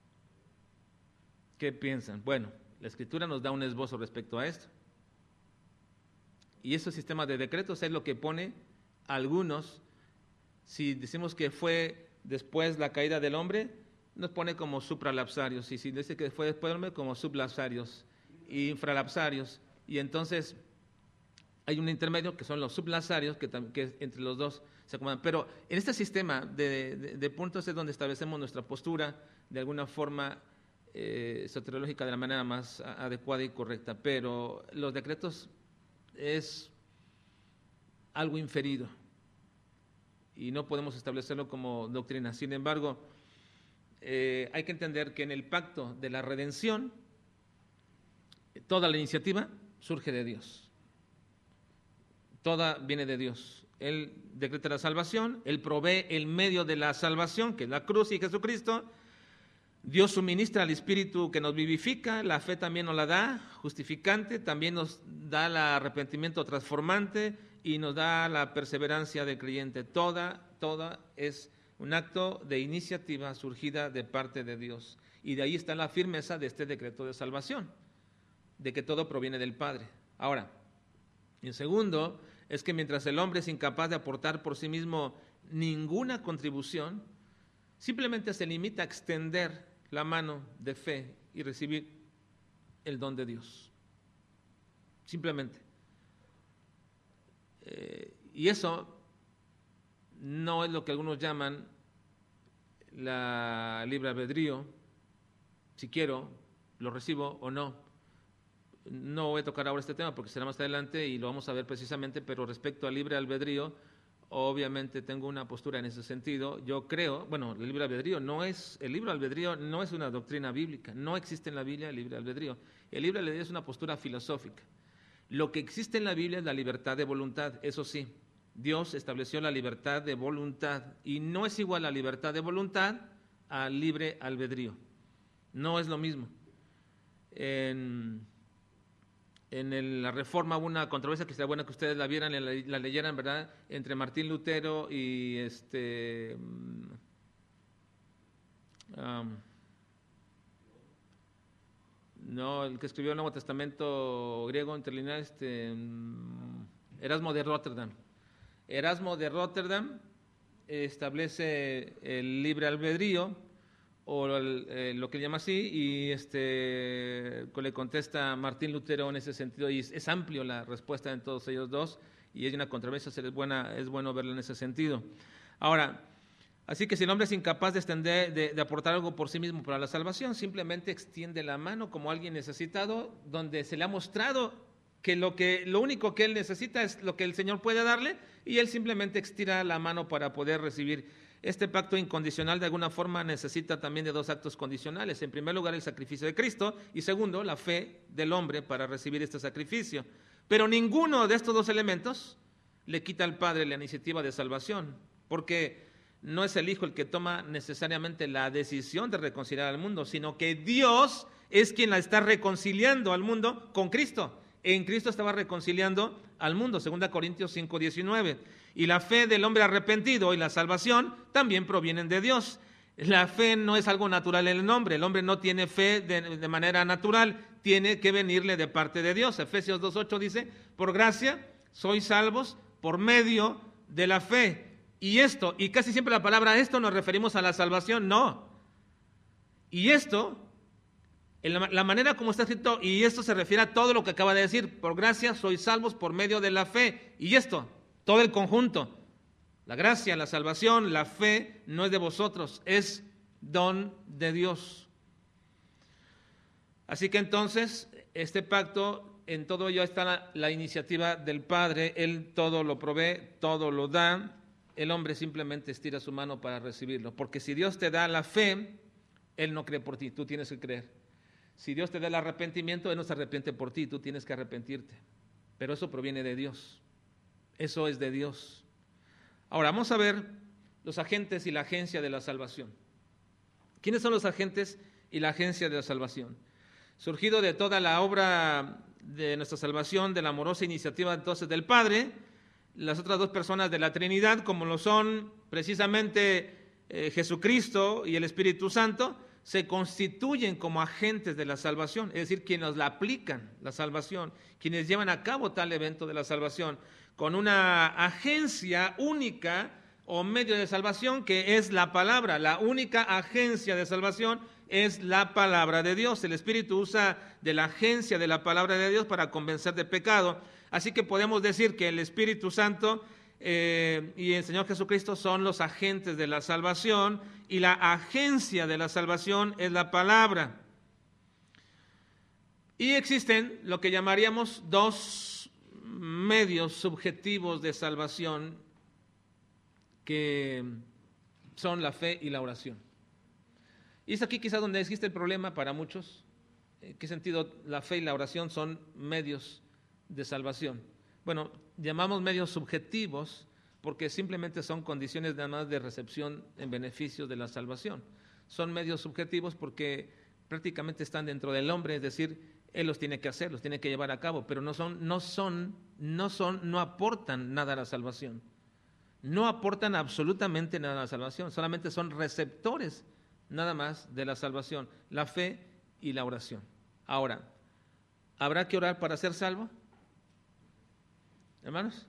¿Qué piensan? Bueno, la Escritura nos da un esbozo respecto a esto. Y ese sistema de decretos es lo que pone a algunos, si decimos que fue después la caída del hombre, nos pone como supralapsarios, y si dice que fue después del hombre, como sublapsarios e infralapsarios. Y entonces hay un intermedio que son los sublapsarios, que, que entre los dos se acomodan. Pero en este sistema de, de, de puntos es donde establecemos nuestra postura de alguna forma eh, soteriológica de la manera más adecuada y correcta. Pero los decretos es algo inferido y no podemos establecerlo como doctrina. Sin embargo, eh, hay que entender que en el pacto de la redención toda la iniciativa surge de Dios, toda viene de Dios. Él decreta la salvación, Él provee el medio de la salvación, que es la cruz y Jesucristo. Dios suministra al Espíritu que nos vivifica, la fe también nos la da, justificante, también nos da el arrepentimiento transformante y nos da la perseverancia del creyente. Toda, toda es un acto de iniciativa surgida de parte de Dios. Y de ahí está la firmeza de este decreto de salvación, de que todo proviene del Padre. Ahora, en segundo, es que mientras el hombre es incapaz de aportar por sí mismo ninguna contribución, simplemente se limita a extender la mano de fe y recibir el don de Dios. Simplemente. Eh, y eso no es lo que algunos llaman la libre albedrío. Si quiero, lo recibo o no. No voy a tocar ahora este tema porque será más adelante y lo vamos a ver precisamente, pero respecto al libre albedrío, obviamente tengo una postura en ese sentido. Yo creo, bueno, el libre albedrío no es, el libre albedrío no es una doctrina bíblica, no existe en la Biblia el libre albedrío. El libre albedrío es una postura filosófica. Lo que existe en la Biblia es la libertad de voluntad, eso sí, Dios estableció la libertad de voluntad y no es igual la libertad de voluntad al libre albedrío. No es lo mismo. En... En el, la Reforma hubo una controversia que sería buena que ustedes la vieran, la, la leyeran, ¿verdad? Entre Martín Lutero y este um, no, el que escribió el Nuevo Testamento griego interlineal, este um, Erasmo de Rotterdam. Erasmo de Rotterdam establece el libre albedrío, o el, eh, lo que llama así, y este le contesta Martín Lutero en ese sentido, y es, es amplio la respuesta en todos ellos dos, y hay una controversia, es, buena, es bueno verla en ese sentido. Ahora, así que si el hombre es incapaz de, extender, de, de aportar algo por sí mismo para la salvación, simplemente extiende la mano como alguien necesitado, donde se le ha mostrado que lo, que lo único que él necesita es lo que el Señor puede darle, y él simplemente estira la mano para poder recibir. Este pacto incondicional de alguna forma necesita también de dos actos condicionales. En primer lugar, el sacrificio de Cristo y segundo, la fe del hombre para recibir este sacrificio. Pero ninguno de estos dos elementos le quita al Padre la iniciativa de salvación, porque no es el Hijo el que toma necesariamente la decisión de reconciliar al mundo, sino que Dios es quien la está reconciliando al mundo con Cristo. En Cristo estaba reconciliando al mundo, segunda Corintios cinco diecinueve. Y la fe del hombre arrepentido y la salvación también provienen de Dios. La fe no es algo natural en el hombre, el hombre no tiene fe de, de manera natural, tiene que venirle de parte de Dios. Efesios dos ocho dice, por gracia sois salvos por medio de la fe. Y esto, y casi siempre la palabra esto nos referimos a la salvación, no. Y esto, en la, la manera como está escrito, y esto se refiere a todo lo que acaba de decir, por gracia sois salvos por medio de la fe. Y esto, todo el conjunto. La gracia, la salvación, la fe no es de vosotros, es don de Dios. Así que entonces, este pacto, en todo ello está la, la iniciativa del Padre, Él todo lo provee, todo lo da, el hombre simplemente estira su mano para recibirlo, porque si Dios te da la fe, Él no cree por ti, tú tienes que creer. Si Dios te da el arrepentimiento, Él no se arrepiente por ti, tú tienes que arrepentirte, pero eso proviene de Dios, eso es de Dios. Ahora vamos a ver los agentes y la agencia de la salvación. ¿Quiénes son los agentes y la agencia de la salvación? Surgido de toda la obra de nuestra salvación, de la amorosa iniciativa entonces del Padre, las otras dos personas de la Trinidad, como lo son precisamente eh, Jesucristo y el Espíritu Santo, se constituyen como agentes de la salvación, es decir, quienes la aplican, la salvación, quienes llevan a cabo tal evento de la salvación, con una agencia única o medio de salvación que es la palabra. La única agencia de salvación es la palabra de Dios. El Espíritu usa de la agencia de la palabra de Dios para convencer de pecado. Así que podemos decir que el Espíritu Santo eh, y el Señor Jesucristo son los agentes de la salvación y la agencia de la salvación es la palabra. Y existen lo que llamaríamos dos medios subjetivos de salvación que son la fe y la oración. Y es aquí quizás donde existe el problema para muchos. ¿En qué sentido la fe y la oración son medios de salvación? Bueno, llamamos medios subjetivos porque simplemente son condiciones nada más de recepción en beneficio de la salvación. Son medios subjetivos porque prácticamente están dentro del hombre, es decir, Él los tiene que hacer, los tiene que llevar a cabo, pero no son, no son, no son, no aportan nada a la salvación. No aportan absolutamente nada a la salvación, solamente son receptores nada más de la salvación, la fe y la oración. Ahora, ¿habrá que orar para ser salvo? Hermanos.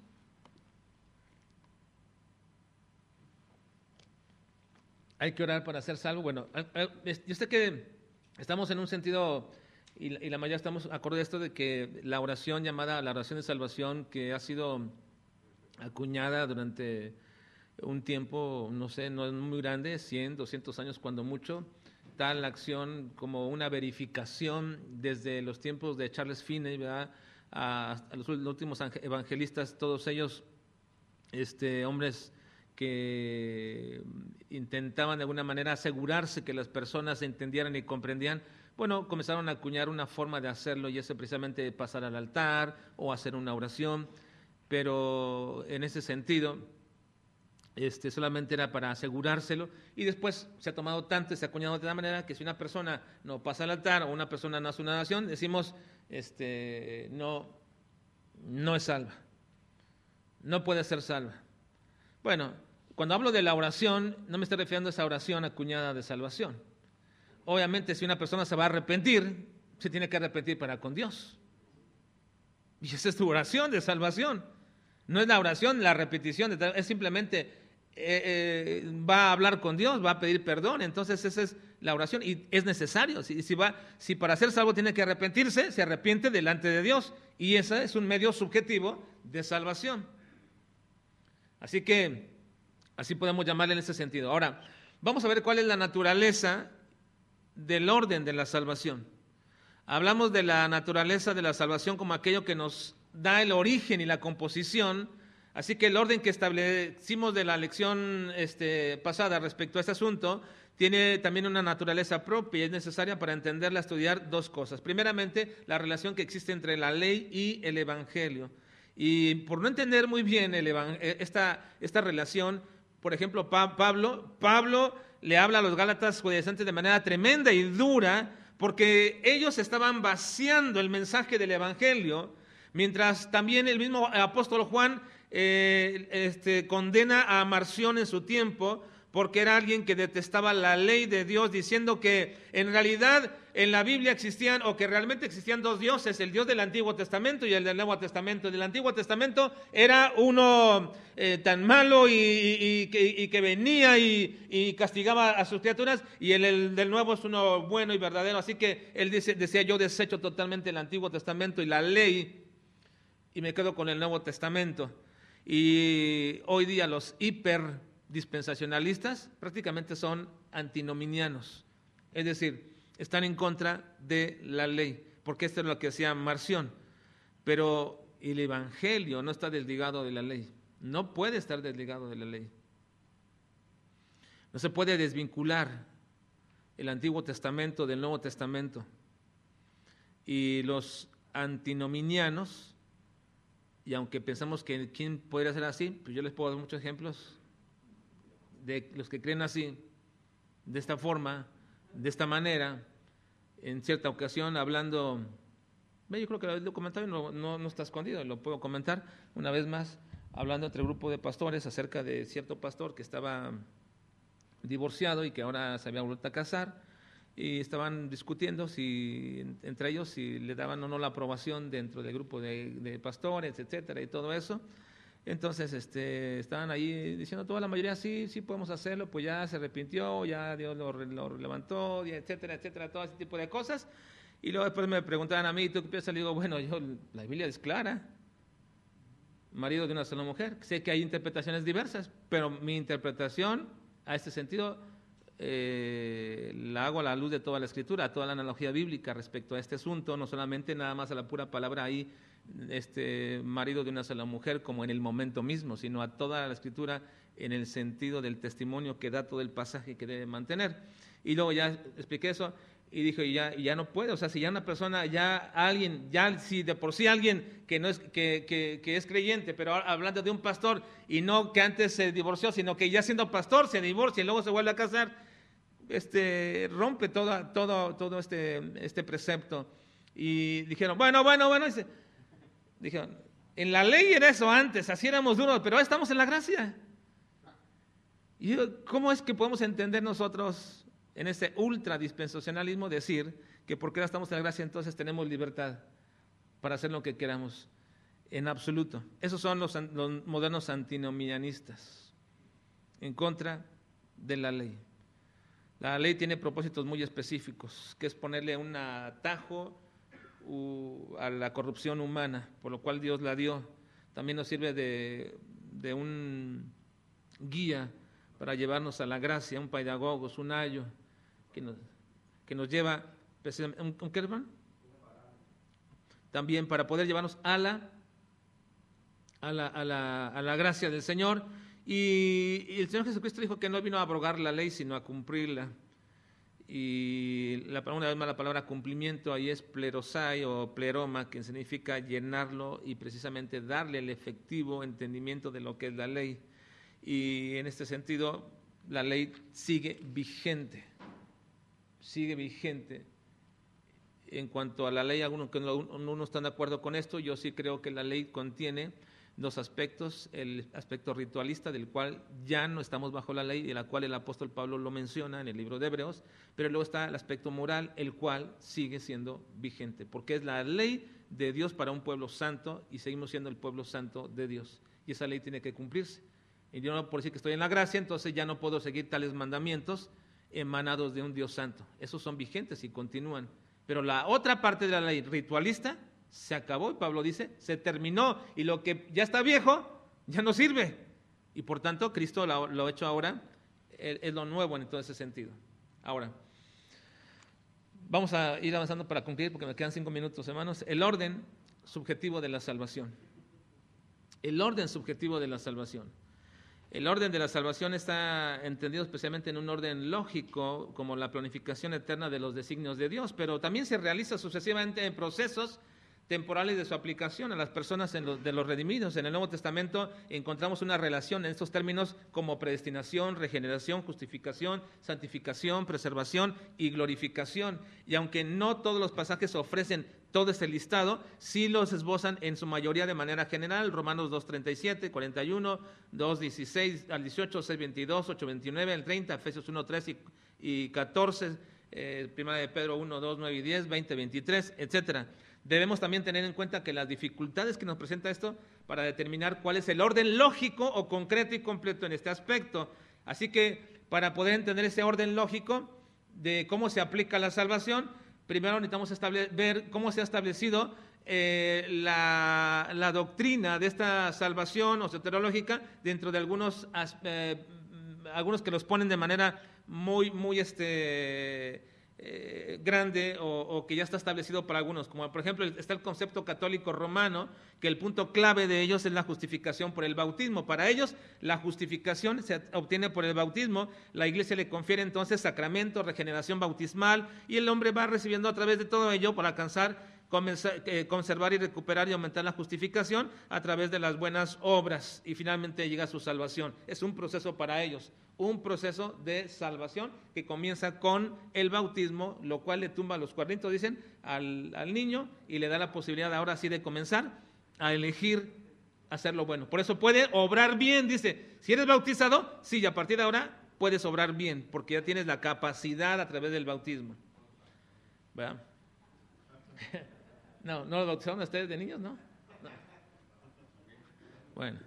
¿Hay que orar para ser salvo? Bueno, yo sé que estamos en un sentido... Y la, y la mayoría estamos acorde de esto de que la oración llamada la oración de salvación, que ha sido acuñada durante un tiempo, no sé, no es muy grande, cien, doscientos años cuando mucho, tal acción como una verificación desde los tiempos de Charles Finney, ¿verdad? A, a los últimos evangelistas, todos ellos este, hombres que intentaban de alguna manera asegurarse que las personas entendieran y comprendían. Bueno, comenzaron a acuñar una forma de hacerlo y es precisamente pasar al altar o hacer una oración, pero en ese sentido este, solamente era para asegurárselo y después se ha tomado tanto y se ha acuñado de tal manera que si una persona no pasa al altar o una persona no hace una oración, decimos este, no, no es salva, no puede ser salva. Bueno, cuando hablo de la oración, no me estoy refiriendo a esa oración acuñada de salvación. Obviamente, si una persona se va a arrepentir, se tiene que arrepentir para con Dios. Y esa es tu oración de salvación. No es la oración, la repetición, de, es simplemente eh, eh, va a hablar con Dios, va a pedir perdón. Entonces esa es la oración y es necesario. Si, si, va, si para ser salvo tiene que arrepentirse, se arrepiente delante de Dios. Y ese es un medio subjetivo de salvación. Así que así podemos llamarle en ese sentido. Ahora, vamos a ver cuál es la naturaleza del orden de la salvación. Hablamos de la naturaleza de la salvación como aquello que nos da el origen y la composición, así que el orden que establecimos de la lección este, pasada respecto a este asunto tiene también una naturaleza propia y es necesaria para entenderla, estudiar dos cosas. Primeramente, la relación que existe entre la ley y el Evangelio. Y por no entender muy bien el esta, esta relación, por ejemplo, pa Pablo, Pablo le habla a los Gálatas judaizantes de manera tremenda y dura, porque ellos estaban vaciando el mensaje del Evangelio, mientras también el mismo apóstol Juan eh, este, condena a Marción en su tiempo, porque era alguien que detestaba la ley de Dios, diciendo que en realidad en la Biblia existían, o que realmente existían dos dioses, el Dios del Antiguo Testamento y el del Nuevo Testamento. El del Antiguo Testamento era uno eh, tan malo y, y, y, que, y que venía y, y castigaba a sus criaturas, y el, el del Nuevo es uno bueno y verdadero. Así que él dice, decía, yo desecho totalmente el Antiguo Testamento y la ley, y me quedo con el Nuevo Testamento. Y hoy día los hiperdispensacionalistas prácticamente son antinominianos, es decir, están en contra de la ley, porque esto es lo que hacía Marción. Pero el Evangelio no está desligado de la ley, no puede estar desligado de la ley. No se puede desvincular el Antiguo Testamento del Nuevo Testamento. Y los antinominianos, y aunque pensamos que quién podría ser así, pues yo les puedo dar muchos ejemplos de los que creen así, de esta forma, de esta manera. En cierta ocasión, hablando, yo creo que el comentario no, no, no está escondido, lo puedo comentar una vez más, hablando entre el grupo de pastores acerca de cierto pastor que estaba divorciado y que ahora se había vuelto a casar, y estaban discutiendo si entre ellos si le daban o no la aprobación dentro del grupo de, de pastores, etcétera, y todo eso. Entonces este, estaban ahí diciendo toda la mayoría, sí, sí podemos hacerlo, pues ya se arrepintió, ya Dios lo, lo levantó, etcétera, etcétera, todo ese tipo de cosas. Y luego después me preguntaban a mí, ¿tú qué piensas? Le digo, bueno, yo, la Biblia es clara, marido de una sola mujer. Sé que hay interpretaciones diversas, pero mi interpretación a este sentido eh, la hago a la luz de toda la Escritura, a toda la analogía bíblica respecto a este asunto, no solamente nada más a la pura palabra ahí, este marido de una sola mujer como en el momento mismo, sino a toda la Escritura en el sentido del testimonio que da todo el pasaje que debe mantener. Y luego ya expliqué eso y dije, ya, ya no puede, o sea, si ya una persona, ya alguien, ya si de por sí alguien que no es que, que, que es creyente, pero hablando de un pastor y no que antes se divorció, sino que ya siendo pastor se divorcia y luego se vuelve a casar, este rompe todo, todo, todo este, este precepto. Y dijeron, bueno, bueno, bueno, dice, dijeron, en la ley era eso antes, así éramos duros, pero ahora estamos en la gracia. Y yo, ¿cómo es que podemos entender nosotros en este ultra dispensacionalismo decir que porque ahora estamos en la gracia entonces tenemos libertad para hacer lo que queramos? En absoluto. Esos son los, los modernos antinomianistas, en contra de la ley. La ley tiene propósitos muy específicos, que es ponerle un atajo a la corrupción humana, por lo cual Dios la dio. También nos sirve de, de un guía para llevarnos a la gracia, un pedagogos, un ayo, que nos, que nos lleva, ¿un, un qué, hermano? También para poder llevarnos a la, a la, a la, a la gracia del Señor. Y, y el Señor Jesucristo dijo que no vino a abrogar la ley, sino a cumplirla. Y la, una vez más la palabra cumplimiento ahí es plerosai o pleroma, que significa llenarlo y precisamente darle el efectivo entendimiento de lo que es la ley. Y en este sentido la ley sigue vigente, sigue vigente. En cuanto a la ley, algunos que no, no están de acuerdo con esto, yo sí creo que la ley contiene dos aspectos, el aspecto ritualista, del cual ya no estamos bajo la ley, de la cual el apóstol Pablo lo menciona en el libro de Hebreos, pero luego está el aspecto moral, el cual sigue siendo vigente, porque es la ley de Dios para un pueblo santo y seguimos siendo el pueblo santo de Dios, y esa ley tiene que cumplirse. Y yo no por decir que estoy en la gracia, entonces ya no puedo seguir tales mandamientos emanados de un Dios santo. Esos son vigentes y continúan, pero la otra parte de la ley ritualista se acabó, y Pablo dice, se terminó, y lo que ya está viejo, ya no sirve, y por tanto Cristo lo, lo ha hecho ahora, es, es lo nuevo en todo ese sentido. Ahora, vamos a ir avanzando para concluir, porque me quedan cinco minutos, hermanos. El orden subjetivo de la salvación. El orden subjetivo de la salvación. El orden de la salvación está entendido especialmente en un orden lógico, como la planificación eterna de los designios de Dios, pero también se realiza sucesivamente en procesos temporales de su aplicación a las personas en lo, de los redimidos. En el Nuevo Testamento encontramos una relación en estos términos como predestinación, regeneración, justificación, santificación, preservación y glorificación. Y aunque no todos los pasajes ofrecen todo este listado, sí los esbozan en su mayoría de manera general. Romanos dos treinta y siete, cuarenta y uno, dos dieciséis al dieciocho, seis veintidós, ocho veintinueve, el treinta, Efesios uno tres y, y catorce, eh, Primera de Pedro uno, dos, nueve y diez, veinte, veintitrés, etcétera. Debemos también tener en cuenta que las dificultades que nos presenta esto para determinar cuál es el orden lógico o concreto y completo en este aspecto. Así que para poder entender ese orden lógico de cómo se aplica la salvación, primero necesitamos estable- ver cómo se ha establecido eh, la, la doctrina de esta salvación o soteriológica dentro de algunos, eh, algunos que los ponen de manera muy, muy este, eh, grande o, o que ya está establecido para algunos. Como por ejemplo está el concepto católico romano, que el punto clave de ellos es la justificación por el bautismo. Para ellos la justificación se obtiene por el bautismo, la iglesia le confiere entonces sacramento, regeneración bautismal, y el hombre va recibiendo a través de todo ello para alcanzar, conservar y recuperar y aumentar la justificación a través de las buenas obras, y finalmente llega a su salvación. Es un proceso para ellos, un proceso de salvación que comienza con el bautismo, lo cual le tumba los cuadritos, dicen, al, al niño, y le da la posibilidad ahora sí de comenzar a elegir hacer lo bueno. Por eso puede obrar bien, dice, si eres bautizado, sí, y a partir de ahora puedes obrar bien, porque ya tienes la capacidad a través del bautismo. ¿Verdad? No, ¿no lo bautizaron a ustedes de niños? No. No. Bueno.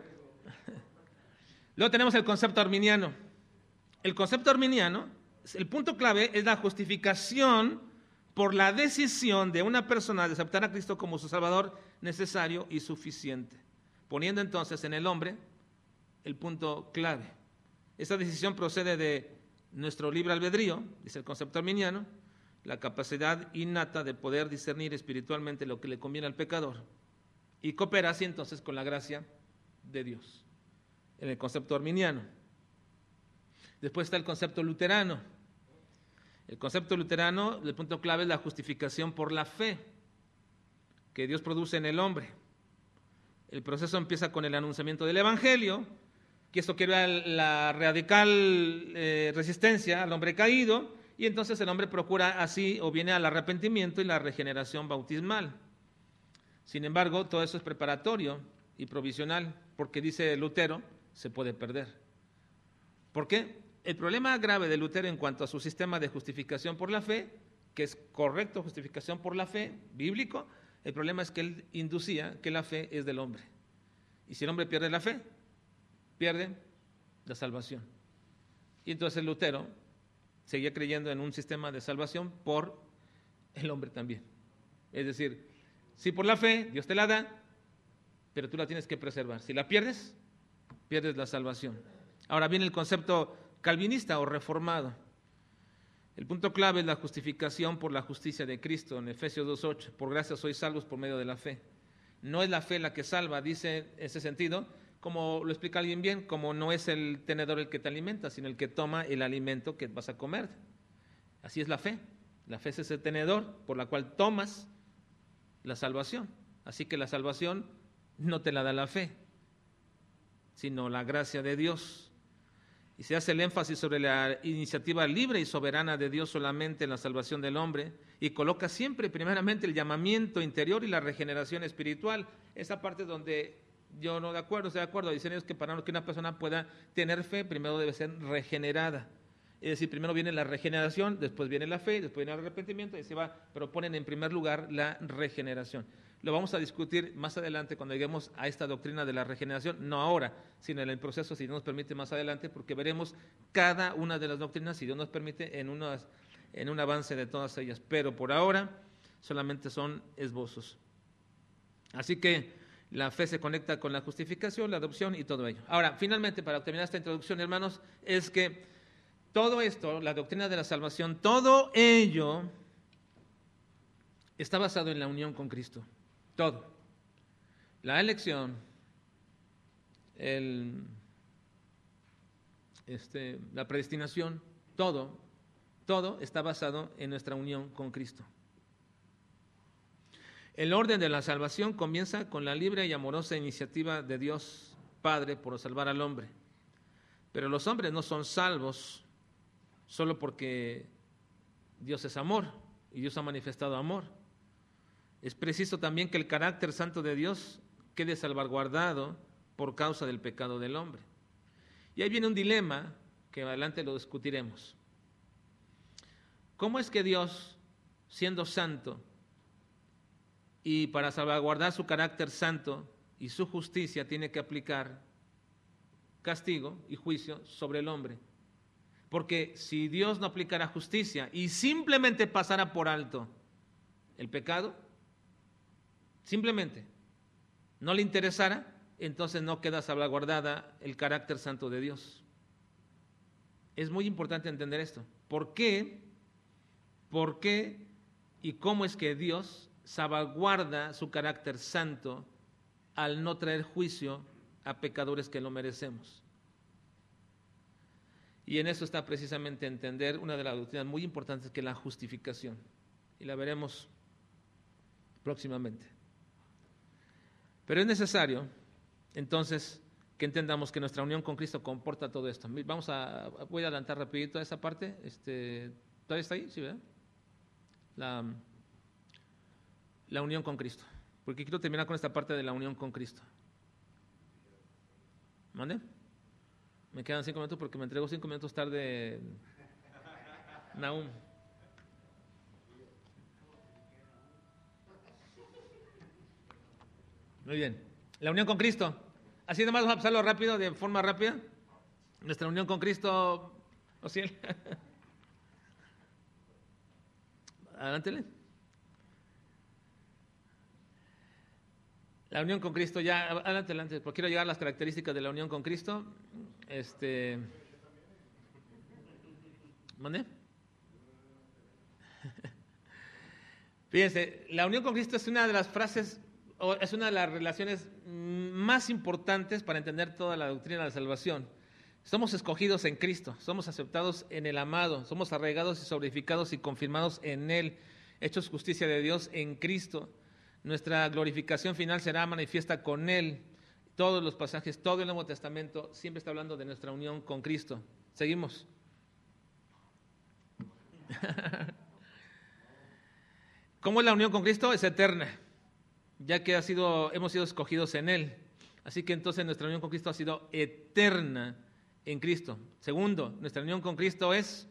Luego tenemos el concepto arminiano. El concepto arminiano, el punto clave es la justificación por la decisión de una persona de aceptar a Cristo como su Salvador necesario y suficiente, poniendo entonces en el hombre el punto clave. Esa decisión procede de nuestro libre albedrío, dice el concepto arminiano, la capacidad innata de poder discernir espiritualmente lo que le conviene al pecador, y coopera así entonces con la gracia de Dios, en el concepto arminiano. Después está el concepto luterano. El concepto luterano, el punto clave es la justificación por la fe que Dios produce en el hombre. El proceso empieza con el anunciamiento del Evangelio, que esto quiere la radical eh, resistencia al hombre caído, y entonces el hombre procura así o viene al arrepentimiento y la regeneración bautismal. Sin embargo, todo eso es preparatorio y provisional, porque dice Lutero, se puede perder. ¿Por qué? El problema grave de Lutero en cuanto a su sistema de justificación por la fe, que es correcto, justificación por la fe, bíblico, el problema es que él inducía que la fe es del hombre. Y si el hombre pierde la fe, pierde la salvación. Y entonces Lutero seguía creyendo en un sistema de salvación por el hombre también. Es decir, si por la fe Dios te la da, pero tú la tienes que preservar. Si la pierdes, pierdes la salvación. Ahora viene el concepto calvinista o reformado. El punto clave es la justificación por la justicia de Cristo, en Efesios dos ocho. Por gracia sois salvos por medio de la fe. No es la fe la que salva, dice en ese sentido, como lo explica alguien bien, como no es el tenedor el que te alimenta, sino el que toma el alimento que vas a comer. Así es la fe. La fe es ese tenedor por la cual tomas la salvación. Así que la salvación no te la da la fe, sino la gracia de Dios. Y se hace el énfasis sobre la iniciativa libre y soberana de Dios solamente en la salvación del hombre, y coloca siempre primeramente el llamamiento interior y la regeneración espiritual. Esa parte donde yo no de acuerdo, estoy de acuerdo, dicen ellos que para que una persona pueda tener fe, primero debe ser regenerada. Es decir, primero viene la regeneración, después viene la fe, después viene el arrepentimiento, y se va, pero ponen en primer lugar la regeneración. Lo vamos a discutir más adelante cuando lleguemos a esta doctrina de la regeneración, no ahora, sino en el proceso, si Dios nos permite, más adelante, porque veremos cada una de las doctrinas, si Dios nos permite, en, unas, en un avance de todas ellas. Pero por ahora solamente son esbozos. Así que la fe se conecta con la justificación, la adopción y todo ello. Ahora, finalmente, para terminar esta introducción, hermanos, es que todo esto, la doctrina de la salvación, todo ello está basado en la unión con Cristo. Todo. La elección, el, este, la predestinación, todo, todo está basado en nuestra unión con Cristo. El orden de la salvación comienza con la libre y amorosa iniciativa de Dios Padre por salvar al hombre. Pero los hombres no son salvos solo porque Dios es amor y Dios ha manifestado amor. Es preciso también que el carácter santo de Dios quede salvaguardado por causa del pecado del hombre. Y ahí viene un dilema que adelante lo discutiremos. ¿Cómo es que Dios, siendo santo, y para salvaguardar su carácter santo y su justicia, tiene que aplicar castigo y juicio sobre el hombre? Porque si Dios no aplicara justicia y simplemente pasara por alto el pecado, simplemente no le interesara, entonces no queda salvaguardada el carácter santo de Dios. Es muy importante entender esto. ¿Por qué? ¿Por qué y cómo es que Dios salvaguarda su carácter santo al no traer juicio a pecadores que lo merecemos? Y en eso está precisamente entender una de las doctrinas muy importantes, que es la justificación. Y la veremos próximamente. Pero es necesario, entonces, que entendamos que nuestra unión con Cristo comporta todo esto. Vamos a, voy a adelantar rapidito a esa parte. Este, ¿Todavía está ahí? Sí, ¿verdad? La, la unión con Cristo. Porque quiero terminar con esta parte de la unión con Cristo. ¿Mande? Me quedan cinco minutos porque me entregó cinco minutos tarde Nahum. Muy bien. La unión con Cristo. Así nomás vamos a pasarlo rápido, de forma rápida. Nuestra unión con Cristo. ¿O sí? Adelántele. La unión con Cristo, ya, adelante, adelante, porque quiero llegar a las características de la unión con Cristo. Este. ¿Mande? Fíjense, la unión con Cristo es una de las frases, o es una de las relaciones más importantes para entender toda la doctrina de la salvación. Somos escogidos en Cristo, somos aceptados en el amado, somos arraigados y sobreedificados y confirmados en Él, hechos justicia de Dios en Cristo. Nuestra glorificación final será manifiesta con Él. Todos los pasajes, todo el Nuevo Testamento siempre está hablando de nuestra unión con Cristo. Seguimos. ¿Cómo es la unión con Cristo? Es eterna, ya que ha sido, hemos sido escogidos en Él. Así que entonces nuestra unión con Cristo ha sido eterna en Cristo. Segundo, nuestra unión con Cristo es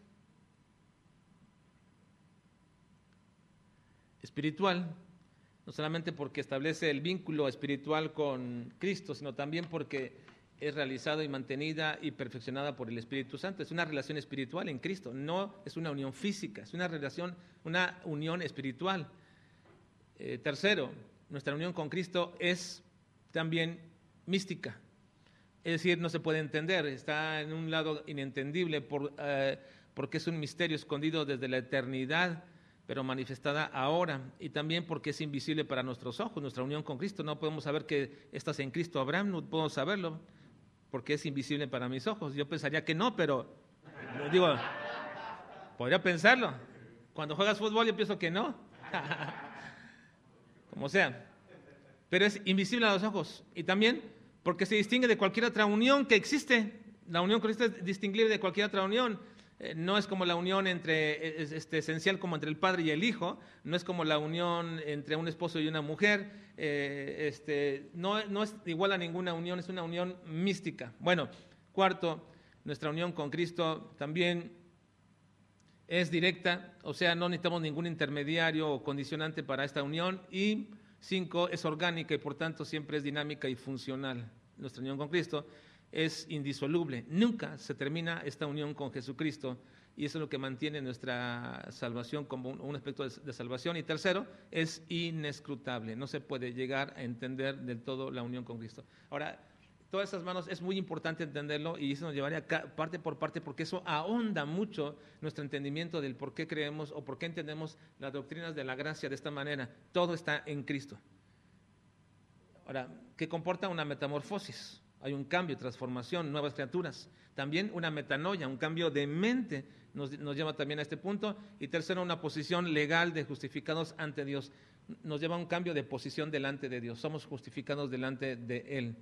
espiritual. No solamente porque establece el vínculo espiritual con Cristo, sino también porque es realizada y mantenida y perfeccionada por el Espíritu Santo. Es una relación espiritual en Cristo, no es una unión física, es una relación, una unión espiritual. Eh, tercero, nuestra unión con Cristo es también mística, es decir, no se puede entender, está en un lado inentendible por, eh, porque es un misterio escondido desde la eternidad, pero manifestada ahora, y también porque es invisible para nuestros ojos. Nuestra unión con Cristo, no podemos saber que estás en Cristo Abraham, no podemos saberlo, porque es invisible para mis ojos. Yo pensaría que no, pero digo, podría pensarlo. Cuando juegas fútbol yo pienso que no, como sea, pero es invisible a los ojos, y también porque se distingue de cualquier otra unión que existe. La unión con Cristo es distinguible de cualquier otra unión. No es como la unión entre, es, este, esencial como entre el padre y el hijo, no es como la unión entre un esposo y una mujer, eh, este, no, no es igual a ninguna unión, es una unión mística. Bueno, cuarto, nuestra unión con Cristo también es directa, o sea, no necesitamos ningún intermediario o condicionante para esta unión. Y cinco, es orgánica y por tanto siempre es dinámica y funcional. Nuestra unión con Cristo es indisoluble, nunca se termina esta unión con Jesucristo, y eso es lo que mantiene nuestra salvación como un, un aspecto de, de salvación. Y tercero, es inescrutable, no se puede llegar a entender del todo la unión con Cristo. Ahora, todas esas manos es muy importante entenderlo, y eso nos llevaría parte por parte, porque eso ahonda mucho nuestro entendimiento del por qué creemos o por qué entendemos las doctrinas de la gracia de esta manera. Todo está en Cristo. Ahora, ¿qué comporta una metamorfosis? hay un cambio, transformación, nuevas criaturas. También una metanoia, un cambio de mente nos, nos lleva también a este punto. Y tercero, una posición legal de justificados ante Dios. Nos lleva a un cambio de posición delante de Dios. Somos justificados delante de Él.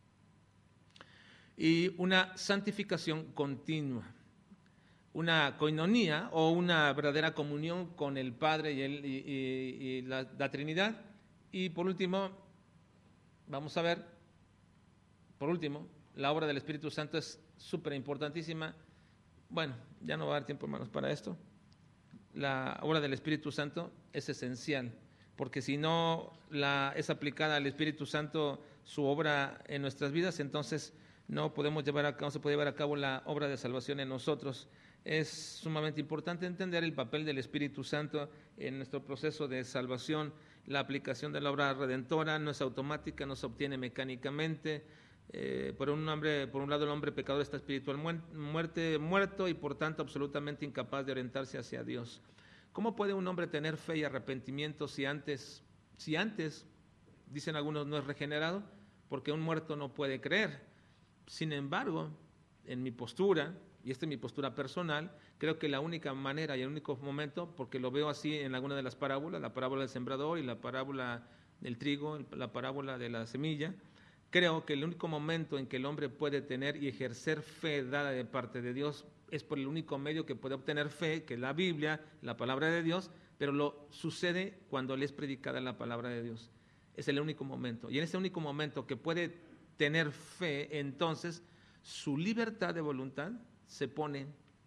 Y una santificación continua. Una coinonía o una verdadera comunión con el Padre y, el, y, y, y la, la Trinidad. Y por último, vamos a ver, por último, la obra del Espíritu Santo es súper importantísima. Bueno, ya no va a dar tiempo, hermanos, para esto. La obra del Espíritu Santo es esencial, porque si no la, es aplicada al Espíritu Santo su obra en nuestras vidas, entonces no podemos llevar a cabo, no se puede llevar a cabo la obra de salvación en nosotros. Es sumamente importante entender el papel del Espíritu Santo en nuestro proceso de salvación. La aplicación de la obra redentora no es automática, no se obtiene mecánicamente. Eh, por, un hombre, por un lado, el hombre pecador está espiritual muerte, muerto y por tanto absolutamente incapaz de orientarse hacia Dios. ¿Cómo puede un hombre tener fe y arrepentimiento si antes, si antes, dicen algunos, no es regenerado? Porque un muerto no puede creer. Sin embargo, en mi postura, y esta es mi postura personal, creo que la única manera y el único momento, porque lo veo así en alguna de las parábolas, la parábola del sembrador y la parábola del trigo, la parábola de la semilla, creo que el único momento en que el hombre puede tener y ejercer fe dada de parte de Dios es por el único medio que puede obtener fe, que es la Biblia, la palabra de Dios, pero lo sucede cuando le es predicada la palabra de Dios. Es el único momento. Y en ese único momento que puede tener fe, entonces su libertad de voluntad se pone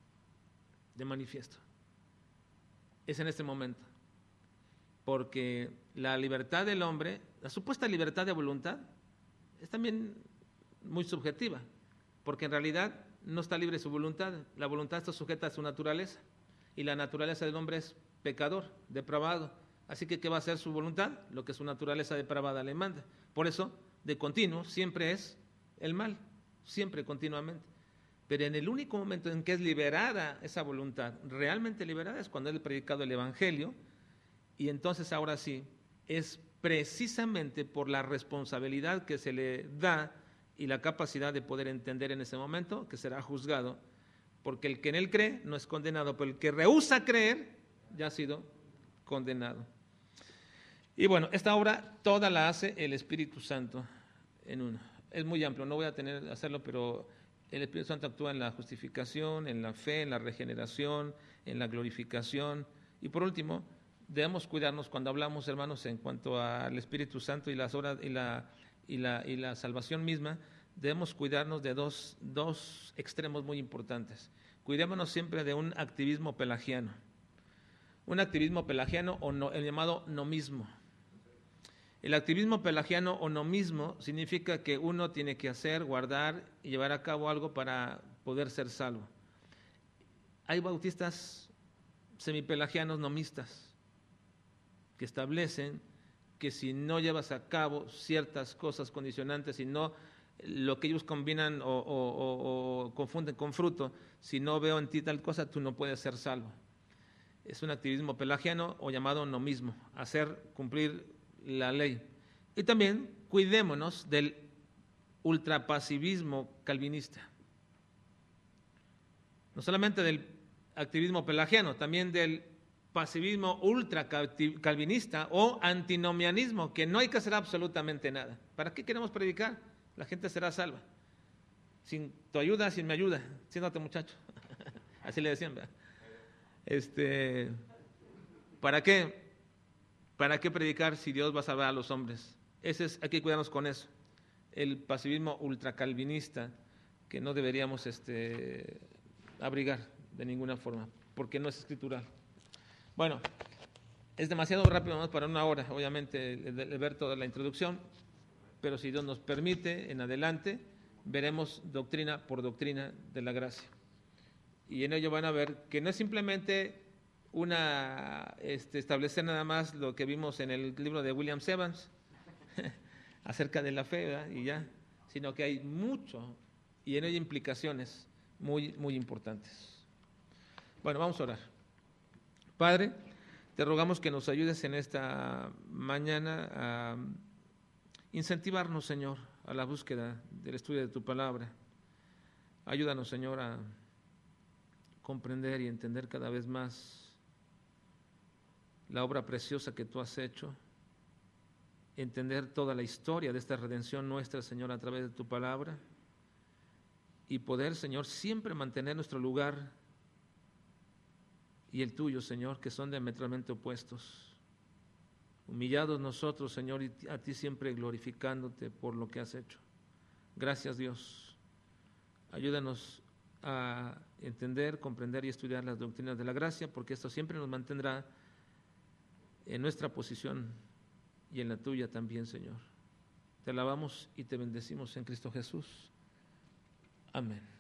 de manifiesto. Es en este momento. Porque la libertad del hombre, la supuesta libertad de voluntad, es también muy subjetiva, porque en realidad no está libre su voluntad. La voluntad está sujeta a su naturaleza, y la naturaleza del hombre es pecador, depravado. Así que, ¿qué va a hacer su voluntad? Lo que su naturaleza depravada le manda. Por eso, de continuo, siempre es el mal, siempre, continuamente. Pero en el único momento en que es liberada esa voluntad, realmente liberada, es cuando es predicado el Evangelio, y entonces ahora sí, es precisamente por la responsabilidad que se le da y la capacidad de poder entender en ese momento que será juzgado, porque el que en él cree no es condenado, pero el que rehúsa creer ya ha sido condenado. Y bueno, esta obra toda la hace el Espíritu Santo en uno. Es muy amplio, no voy a tener que hacerlo, pero el Espíritu Santo actúa en la justificación, en la fe, en la regeneración, en la glorificación. Y por último, debemos cuidarnos cuando hablamos, hermanos, en cuanto al Espíritu Santo y las obras y la, y la, y la salvación misma, debemos cuidarnos de dos, dos extremos muy importantes. Cuidémonos siempre de un activismo pelagiano. Un activismo pelagiano o no, el llamado nomismo. El activismo pelagiano o nomismo significa que uno tiene que hacer, guardar y llevar a cabo algo para poder ser salvo. Hay bautistas semipelagianos nomistas que establecen que si no llevas a cabo ciertas cosas condicionantes, si no lo que ellos combinan o, o, o, o confunden con fruto, si no veo en ti tal cosa, tú no puedes ser salvo. Es un activismo pelagiano o llamado nomismo, hacer cumplir la ley. Y también cuidémonos del ultrapasivismo calvinista. No solamente del activismo pelagiano, también del pasivismo ultracalvinista o antinomianismo, que no hay que hacer absolutamente nada. ¿Para qué queremos predicar? La gente será salva. Sin tu ayuda, sin mi ayuda. Siéntate, muchacho. Así le decían, ¿verdad? Este, ¿para qué? ¿Para qué predicar si Dios va a salvar a los hombres? Ese es, hay que cuidarnos con eso. El pasivismo ultracalvinista que no deberíamos este, abrigar de ninguna forma, porque no es escritural. Bueno, es demasiado rápido más para una hora, obviamente, el, el ver toda la introducción, pero si Dios nos permite, en adelante, veremos doctrina por doctrina de la gracia. Y en ello van a ver que no es simplemente una este, establecer nada más lo que vimos en el libro de William Evans acerca de la fe, ¿verdad? Y ya, sino que hay mucho y en ello implicaciones muy, muy importantes. Bueno, vamos a orar. Padre, te rogamos que nos ayudes en esta mañana a incentivarnos, Señor, a la búsqueda del estudio de tu palabra. Ayúdanos, Señor, a comprender y entender cada vez más la obra preciosa que tú has hecho, entender toda la historia de esta redención nuestra, Señor, a través de tu palabra, y poder, Señor, siempre mantener nuestro lugar y el tuyo, Señor, que son diametralmente opuestos. Humillados nosotros, Señor, y a ti siempre glorificándote por lo que has hecho. Gracias, Dios. Ayúdanos a entender, comprender y estudiar las doctrinas de la gracia, porque esto siempre nos mantendrá en nuestra posición y en la tuya también, Señor. Te alabamos y te bendecimos en Cristo Jesús. Amén.